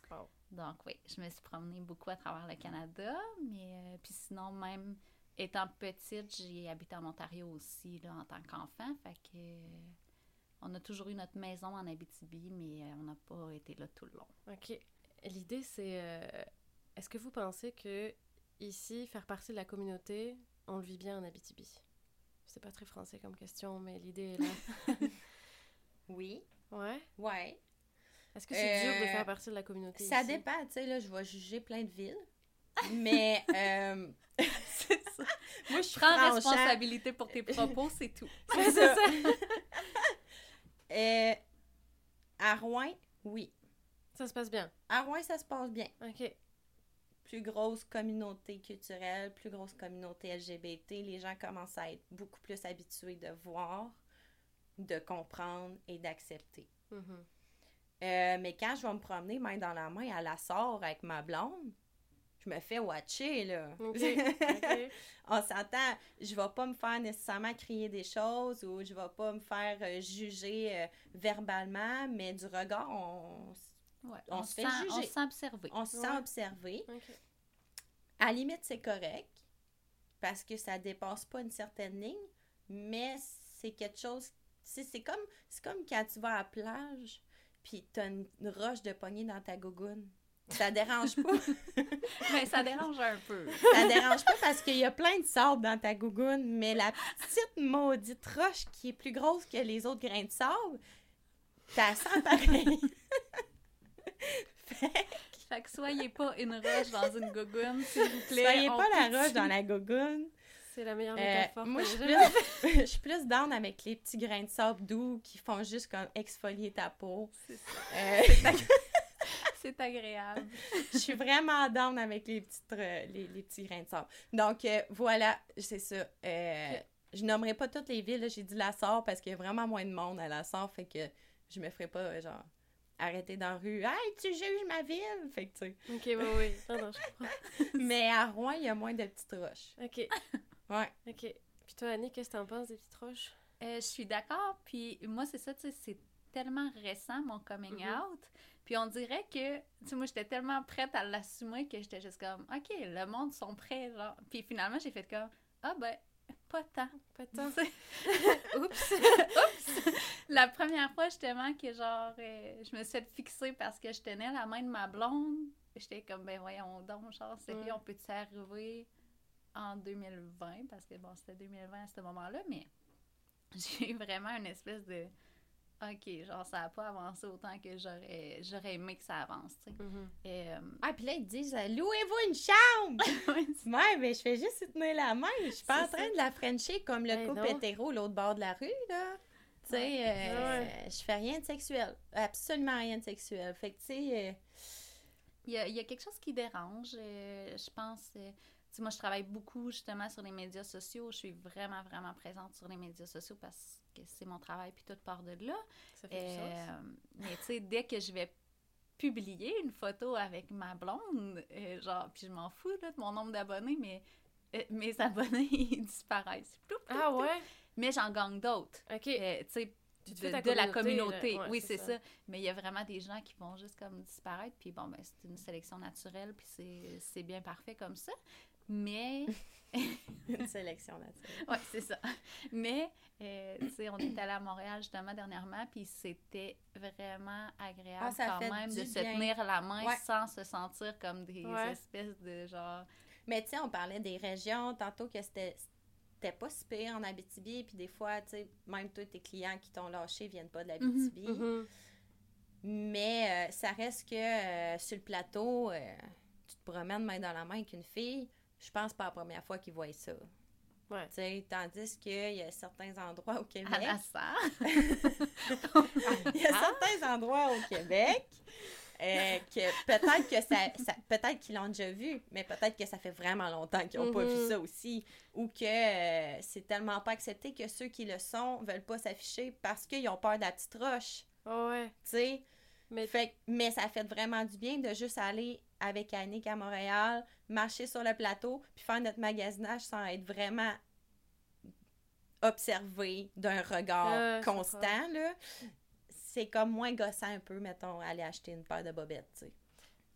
Wow. Donc, oui, je me suis promenée beaucoup à travers le Canada, mais euh, puis sinon, même étant petite, j'ai habité en Ontario aussi, là, en tant qu'enfant, fait que euh, on a toujours eu notre maison en Abitibi, mais euh, on n'a pas été là tout le long. OK. L'idée, c'est... euh, est-ce que vous pensez que ici, faire partie de la communauté, on le vit bien en Abitibi? C'est pas très français comme question, mais l'idée est là. Oui. Ouais? Ouais. Est-ce que c'est dur de Euh, faire partie de la communauté Ça ici? dépend, tu sais, là, je vais juger plein de villes. Mais, euh, C'est ça. moi, je suis Prends franchement- responsabilité pour tes propos, c'est tout. C'est C'est ça. ça. Euh, à Rouen, oui. Ça se passe bien. À Rouen, ça se passe bien. OK. Plus grosse communauté culturelle, plus grosse communauté L G B T. Les gens commencent à être beaucoup plus habitués de voir, de comprendre et d'accepter. Mhm. Euh, mais quand je vais me promener main dans la main à la Sarre avec ma blonde, je me fais watcher, là. OK. OK. On s'entend, je vais pas me faire nécessairement crier des choses ou je vais pas me faire euh, juger euh, verbalement, mais du regard, on, Ouais, On on, se se fait sent, on juger. se sent observé. on se Ouais. sent observé. OK. À la limite, c'est correct parce que ça dépasse pas une certaine ligne, mais c'est quelque chose... C'est, c'est comme, c'est comme quand tu vas à la plage puis t'as une, une roche de poignée dans ta gougoune. Ça dérange pas. Mais ça dérange un peu. Ça dérange pas parce qu'il y a plein de sable dans ta gougoune, mais la petite maudite roche qui est plus grosse que les autres grains de sable, t'as sens pareil. Fait que Fait que soyez pas une roche dans une gogoune, s'il vous plaît. soyez on pas la pitié. roche dans la gougoune. C'est la meilleure Euh, métaphore. moi, qu'on je suis ait jamais plus, je suis plus down avec les petits grains de sable doux qui font juste comme exfolier ta peau. C'est ça. Euh, C'est agréable. je suis vraiment down avec les, petites, euh, les, les petits grains de sable. Donc, euh, voilà, c'est ça. Euh, Ok. Je nommerai pas toutes les villes. Là. J'ai dit La Sarre parce qu'il y a vraiment moins de monde à La Sarre. Fait que je me ferai pas, euh, genre, arrêter dans la rue. « Hey, tu juges ma ville! » Fait que, tu sais. OK, oui, oui. Non, non, je comprends. Mais à Rouen, il y a moins de petites roches. OK. Ouais. OK. Puis toi, Annie, qu'est-ce que t'en penses des petites roches? Euh, je suis d'accord. Puis moi, c'est ça, tu sais, c'est tellement récent, mon coming Mhm. out. Puis on dirait que, tu sais, moi, j'étais tellement prête à l'assumer que j'étais juste comme, OK, le monde sont prêts, genre. Puis finalement, j'ai fait comme, ah ben, pas tant. Pas tant. Tu sais, Oups! Oups! La première fois, justement, que genre, euh, je me suis fait fixer parce que je tenais la main de ma blonde, j'étais comme, ben voyons donc, genre, sérieux, Ouais. on peut-tu arriver en deux mille vingt? Parce que bon, c'était deux mille vingt à ce moment-là, mais j'ai eu vraiment une espèce de, OK, genre, ça n'a pas avancé autant que j'aurais, j'aurais aimé que ça avance, tu sais. Mhm. Et, euh, Ah, puis là, ils te disent « Louez-vous une chambre! » ouais, c'est- Ouais, mais je fais juste lui tenir la main. Je suis pas C'est en train ça. de la frencher comme le Ben couple non. hétéro l'autre bord de la rue, là. Tu sais, euh, Ouais. je fais rien de sexuel. Absolument rien de sexuel. Fait que, tu sais, euh, Il y, a, il y a quelque chose qui dérange, euh, je pense. euh, tu sais, moi, je travaille beaucoup justement sur les médias sociaux. Je suis vraiment, vraiment présente sur les médias sociaux parce que c'est mon travail puis tout part de là. Ça fait du sens. Euh, mais tu sais, dès que je vais publier une photo avec ma blonde, euh, genre, puis je m'en fous là, de mon nombre d'abonnés, mais euh, mes abonnés, ils disparaissent. Ploup, ploup, Ah ploup. ouais? Mais j'en gagne d'autres. OK. Euh, tu sais, Tu te de, fais ta de la communauté, communauté. là. Ouais, Oui, c'est c'est ça. ça. Mais il y a vraiment des gens qui vont juste comme disparaître. Puis bon, ben, c'est une sélection naturelle. Puis c'est, c'est bien parfait comme ça. Mais. une sélection naturelle. Oui, c'est ça. Mais, euh, tu sais, on est allé à Montréal justement dernièrement. Puis c'était vraiment agréable Ah, ça quand fait même du de se bien. tenir la main Ouais. sans se sentir comme des Ouais. espèces de genre. Mais tu sais, on parlait des régions tantôt que c'était c'était pas si pire en Abitibi. Puis des fois, tu sais, même toi, tes clients qui t'ont lâché viennent pas de l'Abitibi. Mhm. Mais euh, ça reste que euh, sur le plateau, euh, tu te promènes main dans la main avec une fille. Je pense pas la première fois qu'ils voient ça. Ouais. Tu sais, tandis qu'il y a certains endroits au Québec. À la salle. Il y a certains endroits au Québec euh, que peut-être que ça, ça peut-être qu'ils l'ont déjà vu, mais peut-être que ça fait vraiment longtemps qu'ils n'ont pas Mhm. vu ça aussi. Ou que euh, c'est tellement pas accepté que ceux qui le sont veulent pas s'afficher parce qu'ils ont peur de la petite roche. Ah ouais. Tu sais? Mais Fait, mais ça fait vraiment du bien de juste aller avec Annick à Montréal, marcher sur le plateau, puis faire notre magasinage sans être vraiment observé d'un regard Ah, je constant, là. C'est comme moins gossant un peu, mettons, aller acheter une paire de bobettes, tu sais.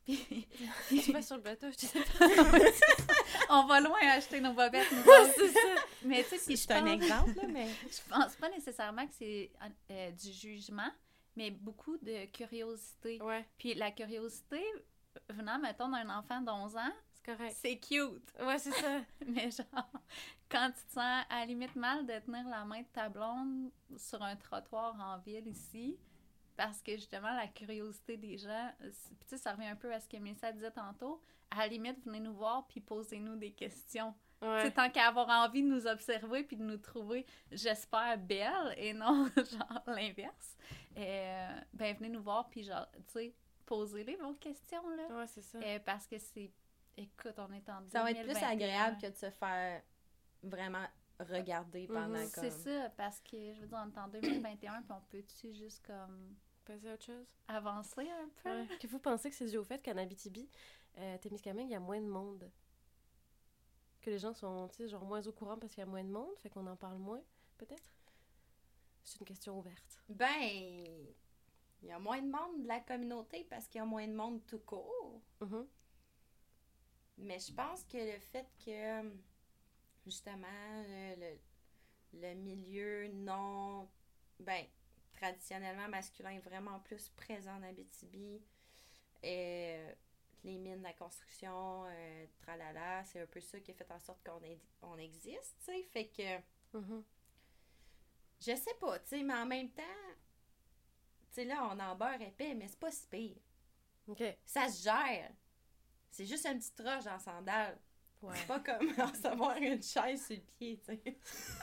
Puis, Tu vas sur le bateau, je te sais pas. on va loin acheter nos bobettes, nous autres. C'est ça. Mais tu sais, puis je C'est un pense- exemple, là, mais... Je pense pas nécessairement que c'est euh, du jugement, mais beaucoup de curiosité. Ouais, Puis la curiosité, venant, mettons, d'un enfant d'onze ans, c'est correct. c'est cute. Ouais, c'est ça. Mais genre, quand tu te sens à la limite mal de tenir la main de ta blonde sur un trottoir en ville ici, parce que justement, la curiosité des gens, c'est- puis tu sais, ça revient un peu à ce que Mélissa disait tantôt, à la limite, venez nous voir puis posez-nous des questions. Ouais. C'est tant qu'à avoir envie de nous observer puis de nous trouver, j'espère, belles et non genre l'inverse. Euh, ben, venez nous voir puis genre, tu sais, posez-les vos questions, là. Ouais, c'est ça. Euh, parce que c'est... Écoute, on est en Ça va être plus deux mille vingt et un. agréable que de se faire vraiment regarder pendant Mhm. comme... C'est ça, parce que, je veux dire, on est en deux mille vingt et un puis on peut-tu juste comme Passer à autre chose? avancer un peu? Ouais. Que vous pensez que c'est dû au fait qu'en Abitibi, euh, Témiscamingue, il y a moins de monde? Que les gens sont, tu sais, genre moins au courant parce qu'il y a moins de monde, fait qu'on en parle moins, peut-être? C'est une question ouverte. Ben, il y a moins de monde de la communauté parce qu'il y a moins de monde tout court. Mhm. Mais je pense que le fait que, justement, le, le, le milieu non, ben, traditionnellement masculin est vraiment plus présent en Abitibi, et les mines, la construction, euh, tralala, c'est un peu ça qui a fait en sorte qu'on est- on existe, tu sais. Fait que, Mhm. je sais pas, tu sais, mais en même temps, tu sais, là, on en beurre épais, mais c'est pas si pire. OK. Ça se gère. C'est juste un petit roche en sandales. Ouais. C'est pas comme recevoir une chaise sur le pied, tu sais.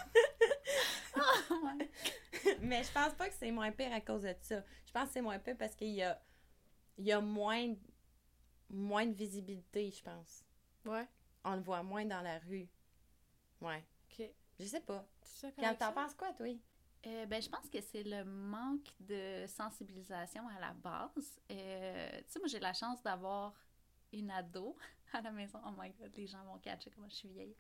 Mais je pense pas que c'est moins pire à cause de ça. Je pense que c'est moins pire parce qu'il y a, il y a moins, moins de visibilité, je pense. Ouais. On le voit moins dans la rue. Ouais. OK. Je sais pas. Tu sais Quand t'en penses quoi, toi? Euh, ben, je pense que c'est le manque de sensibilisation à la base. Euh, tu sais, moi, j'ai la chance d'avoir une ado à la maison. Oh my God, les gens vont catcher comment je suis vieille.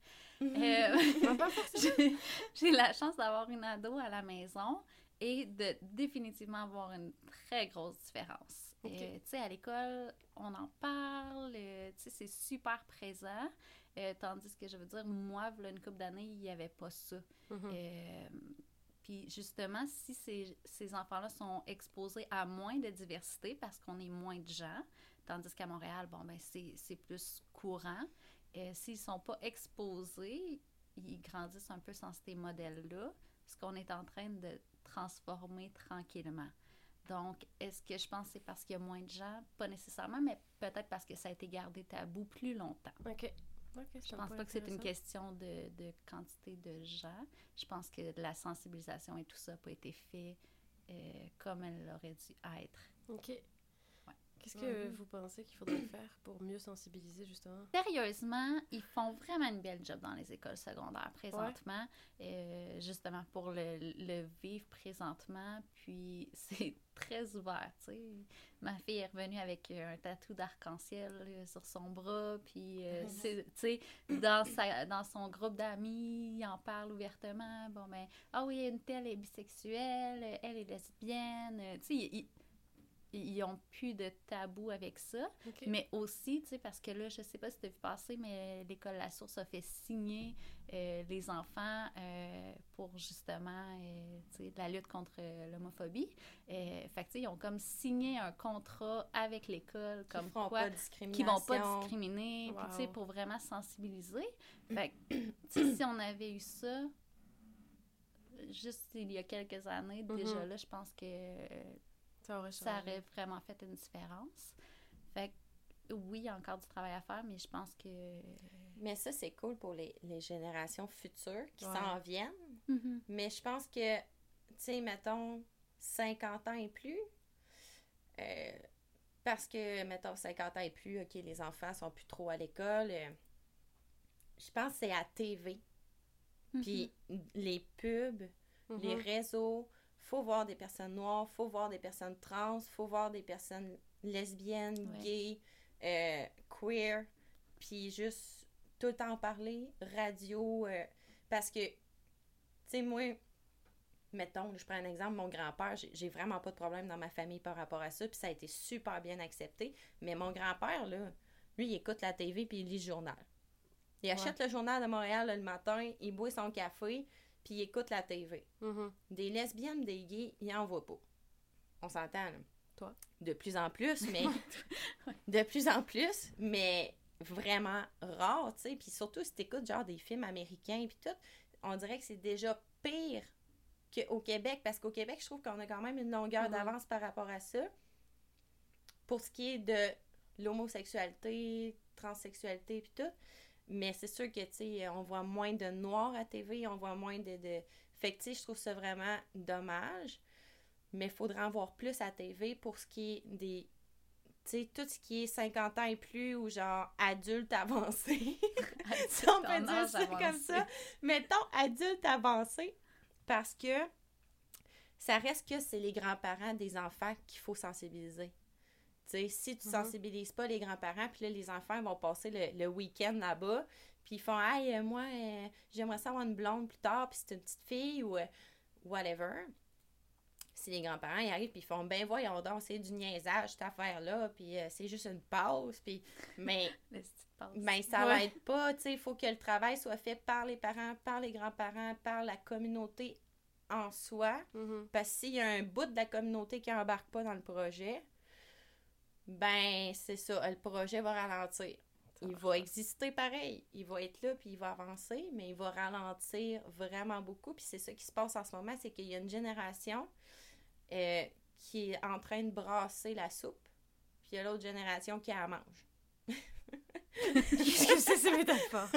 Euh, j'ai, j'ai la chance d'avoir une ado à la maison et de définitivement avoir une très grosse différence. Ok. Euh, tu sais, à l'école, on en parle, euh, tu sais, c'est super présent. Euh, tandis que, je veux dire, moi, il y a une couple d'années, il n'y avait pas ça. Mhm. Euh, Puis justement, si ces, ces enfants-là sont exposés à moins de diversité parce qu'on est moins de gens, tandis qu'à Montréal, bon, ben c'est, c'est plus courant. Euh, s'ils ne sont pas exposés, ils grandissent un peu sans ces modèles-là, ce qu'on est en train de transformer tranquillement. Donc, est-ce que je pense que c'est parce qu'il y a moins de gens? Pas nécessairement, mais peut-être parce que ça a été gardé tabou plus longtemps. OK. OK, Je pense pas que c'est une question de, de quantité de gens. Je pense que la sensibilisation et tout ça n'a pas été fait euh, comme elle aurait dû être. OK. Ouais. Qu'est-ce que Mhm. vous pensez qu'il faudrait faire pour mieux sensibiliser, justement? Sérieusement, ils font vraiment une belle job dans les écoles secondaires présentement, euh, justement pour le, le vivre présentement, puis c'est très ouvert, tu sais. Ma fille est revenue avec un tatou d'arc-en-ciel euh, sur son bras, puis, euh, Mhm. c'est- tu sais, dans, sa- dans son groupe d'amis, il en parle ouvertement. Bon, ben, ah oui, une telle est bisexuelle, elle est lesbienne, euh, tu sais, ils- ils n'ont plus de tabou avec ça. OK. Mais aussi, tu sais, parce que là, je sais pas si tu as vu passer, mais l'école La Source a fait signer euh, les enfants euh, pour justement, euh, tu sais, la lutte contre euh, l'homophobie. Euh, fait que, tu sais, ils ont comme signé un contrat avec l'école, Qui comme feront quoi, pas de qui discrimination. vont pas discriminer, puis tu sais, Wow. pour vraiment sensibiliser. Fait que, tu sais, si on avait eu ça, juste il y a quelques années, Mhm. déjà là, je pense que euh, Ça aurait ça changé. aurait vraiment fait une différence. Fait que, oui, il y a encore du travail à faire, mais je pense que... Mais ça, c'est cool pour les, les générations futures qui Ouais. s'en viennent. Mhm. Mais je pense que, tu sais, mettons, cinquante ans et plus, euh, parce que, mettons, cinquante ans et plus, OK, les enfants sont plus trop à l'école, euh, je pense que c'est à T V. Puis les pubs, Mhm. les réseaux, faut voir des personnes noires, faut voir des personnes trans, faut voir des personnes lesbiennes, Ouais. gays, euh, queer, puis juste tout le temps en parler, radio, euh, parce que, tu sais, moi, mettons, je prends un exemple, mon grand-père, j'ai, j'ai vraiment pas de problème dans ma famille par rapport à ça, puis ça a été super bien accepté. Mais mon grand-père, là, lui, il écoute la T V puis il lit le journal. Il achète ouais. le journal de Montréal là, le matin, il boit son café, puis il écoute la T V. Mm-hmm. Des lesbiennes, des gays, il en voit pas. On s'entend, là. Toi? De plus en plus, mais... de plus en plus, mais vraiment rare, tu sais. Puis surtout, si t'écoutes genre des films américains puis tout, on dirait que c'est déjà pire qu'au Québec, parce qu'au Québec, je trouve qu'on a quand même une longueur mm-hmm. d'avance par rapport à ça. Pour ce qui est de l'homosexualité, transsexualité puis tout. Mais c'est sûr que, tu sais, on voit moins de noirs à T V, on voit moins de... de... Fait que, tu sais, je trouve ça vraiment dommage. Mais il faudrait en voir plus à T V pour ce qui est des... Tu sais, tout ce qui est cinquante ans et plus ou genre adulte avancé. Si on peut dire ça avancé. Comme ça. Mettons adulte avancé parce que ça reste que c'est les grands-parents des enfants qu'il faut sensibiliser. Tu sais, si tu mm-hmm. sensibilises pas les grands-parents, puis là, les enfants vont passer le, le week-end là-bas, puis ils font « Hey, euh, moi, euh, j'aimerais ça avoir une blonde plus tard, puis c'est une petite fille, ou euh, whatever. » Si les grands-parents, ils arrivent, puis ils font « Ben voyons donc, c'est du niaisage, cette affaire-là, puis euh, c'est juste une pause, puis... » Mais, ben, ça ouais. va être pas, tu sais, il faut que le travail soit fait par les parents, par les grands-parents, par la communauté en soi, mm-hmm. parce que s'il y a un bout de la communauté qui embarque pas dans le projet... Ben, c'est ça, le projet va ralentir. Il va exister pareil, il va être là, puis il va avancer, mais il va ralentir vraiment beaucoup. Puis c'est ça qui se passe en ce moment, c'est qu'il y a une génération euh, qui est en train de brasser la soupe, puis il y a l'autre génération qui la mange. Qu'est-ce que c'est ces métaphores?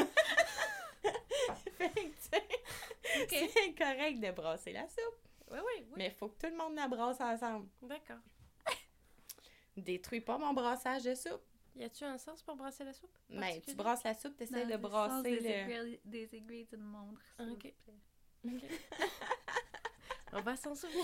Fait que, tu sais, okay. c'est correct de brasser la soupe. Oui, oui, oui. Mais il faut que tout le monde la brasse ensemble. D'accord. Détruis pas mon brassage de soupe. Y a-tu un sens pour brasser la soupe? Mais tu brasses la soupe, t'essaies de brasser le... Des aiguilles d'une montre. Ah, ok. okay. On va s'en souvenir.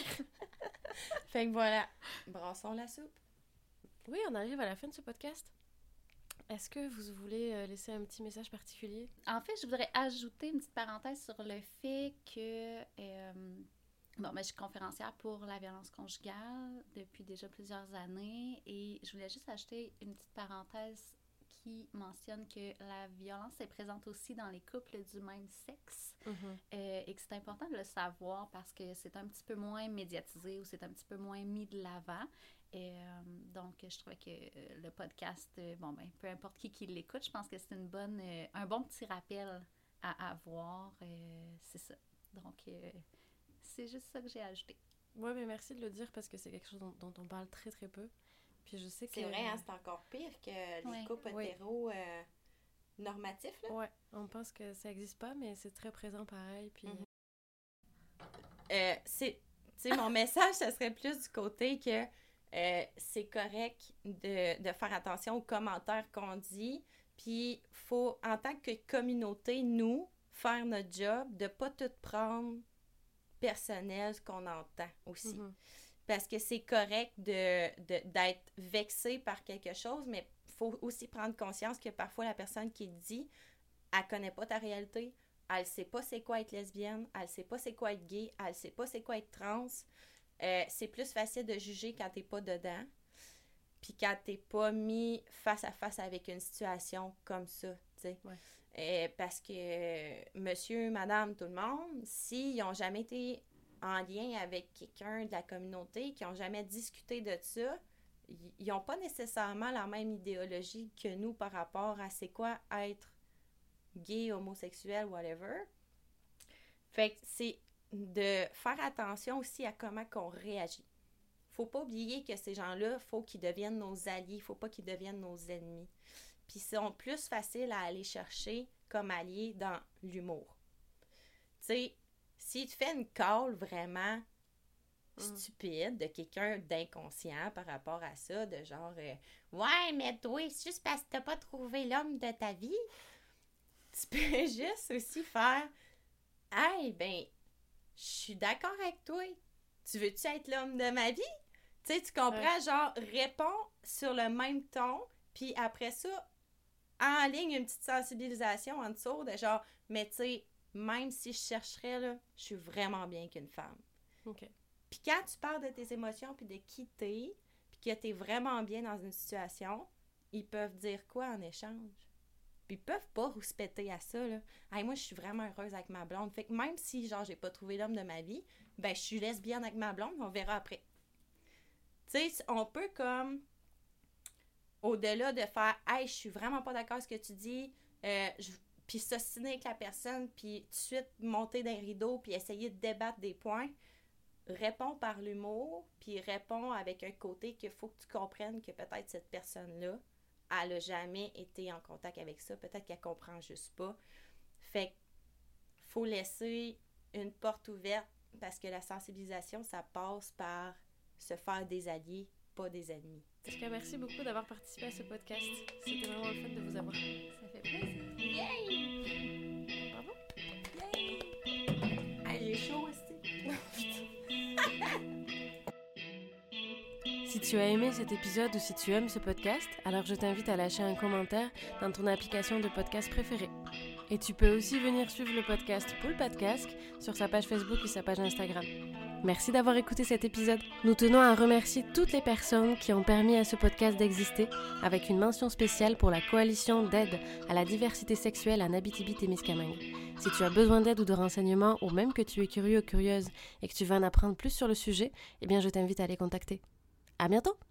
Fait que voilà, brassons la soupe. Oui, on arrive à la fin de ce podcast. Est-ce que vous voulez laisser un petit message particulier? En fait, je voudrais ajouter une petite parenthèse sur le fait que... Euh, Bon, ben, je suis conférencière pour la violence conjugale depuis déjà plusieurs années et je voulais juste ajouter une petite parenthèse qui mentionne que la violence est présente aussi dans les couples du même sexe mm-hmm. euh, et que c'est important de le savoir parce que c'est un petit peu moins médiatisé ou c'est un petit peu moins mis de l'avant. Et, euh, donc, je trouvais que euh, le podcast, euh, bon, ben, peu importe qui qui l'écoute, je pense que c'est une bonne, euh, un bon petit rappel à avoir. Euh, c'est ça. Donc, euh, c'est juste ça que j'ai ajouté. Oui, mais merci de le dire parce que c'est quelque chose dont, dont on parle très, très peu. Puis je sais que... C'est vrai, hein, c'est encore pire que les ouais. couples oui. hétéros euh, normatifs, là. Oui, on pense que ça n'existe pas, mais c'est très présent pareil, puis... Mm-hmm. euh, c'est... Tu sais, mon message, ce serait plus du côté que euh, c'est correct de, de faire attention aux commentaires qu'on dit, puis faut, en tant que communauté, nous, faire notre job, de pas tout prendre... personnel, ce qu'on entend aussi. Mm-hmm. Parce que c'est correct de, de, d'être vexé par quelque chose, mais il faut aussi prendre conscience que parfois la personne qui dit, elle connaît pas ta réalité, elle sait pas c'est quoi être lesbienne, elle sait pas c'est quoi être gay, elle sait pas c'est quoi être trans. Euh, c'est plus facile de juger quand t'es pas dedans, puis quand t'es pas mis face à face avec une situation comme ça, tu sais. Ouais. Euh, parce que euh, monsieur, madame, tout le monde, s'ils n'ont jamais été en lien avec quelqu'un de la communauté, qui n'ont jamais discuté de ça, ils n'ont pas nécessairement la même idéologie que nous par rapport à c'est quoi être gay, homosexuel, whatever. Fait que c'est de faire attention aussi à comment qu'on réagit. Faut pas oublier que ces gens-là, faut qu'ils deviennent nos alliés, faut pas qu'ils deviennent nos ennemis. Puis ils sont plus faciles à aller chercher comme alliés dans l'humour. Tu sais, si tu fais une call vraiment mm. stupide de quelqu'un d'inconscient par rapport à ça, de genre euh, « Ouais, mais toi, c'est juste parce que t'as pas trouvé l'homme de ta vie. » Tu peux juste aussi faire « Hey, ben, je suis d'accord avec toi. Tu veux-tu être l'homme de ma vie? » Tu sais, tu comprends? Ouais. Genre, réponds sur le même ton, puis après ça, en ligne, une petite sensibilisation en dessous de genre, mais tu sais, même si je chercherais, là, je suis vraiment bien qu'une femme. OK. Puis quand tu parles de tes émotions, puis de qui t'es, puis que t'es vraiment bien dans une situation, ils peuvent dire quoi en échange? Puis ils peuvent pas rouspéter à ça, là. Hey, moi, je suis vraiment heureuse avec ma blonde. Fait que même si, genre, j'ai pas trouvé l'homme de ma vie, ben, je suis lesbienne avec ma blonde, on verra après. Tu sais, on peut comme, au-delà de faire « Hey, je suis vraiment pas d'accord avec ce que tu dis euh, », puis s'ostiner avec la personne, puis tout de suite monter dans les rideaux, puis essayer de débattre des points, réponds par l'humour, puis réponds avec un côté qu'il faut que tu comprennes que peut-être cette personne-là, elle n'a jamais été en contact avec ça. Peut-être qu'elle comprend juste pas. Fait qu'il faut laisser une porte ouverte parce que la sensibilisation, ça passe par se faire des alliés, pas des ennemis. En tout cas, merci beaucoup d'avoir participé à ce podcast. C'était vraiment le fun de vous avoir. Ça fait plaisir. Yay! Bravo. Yay! Hey, j'ai chaud aussi. Si tu as aimé cet épisode ou si tu aimes ce podcast, alors je t'invite à lâcher un commentaire dans ton application de podcast préférée. Et tu peux aussi venir suivre le podcast Poule Podcast sur sa page Facebook ou sa page Instagram. Merci d'avoir écouté cet épisode. Nous tenons à remercier toutes les personnes qui ont permis à ce podcast d'exister, avec une mention spéciale pour la coalition d'aide à la diversité sexuelle à Abitibi-Témiscamingue. Si tu as besoin d'aide ou de renseignements, ou même que tu es curieux ou curieuse et que tu veux en apprendre plus sur le sujet, eh bien je t'invite à les contacter. À bientôt!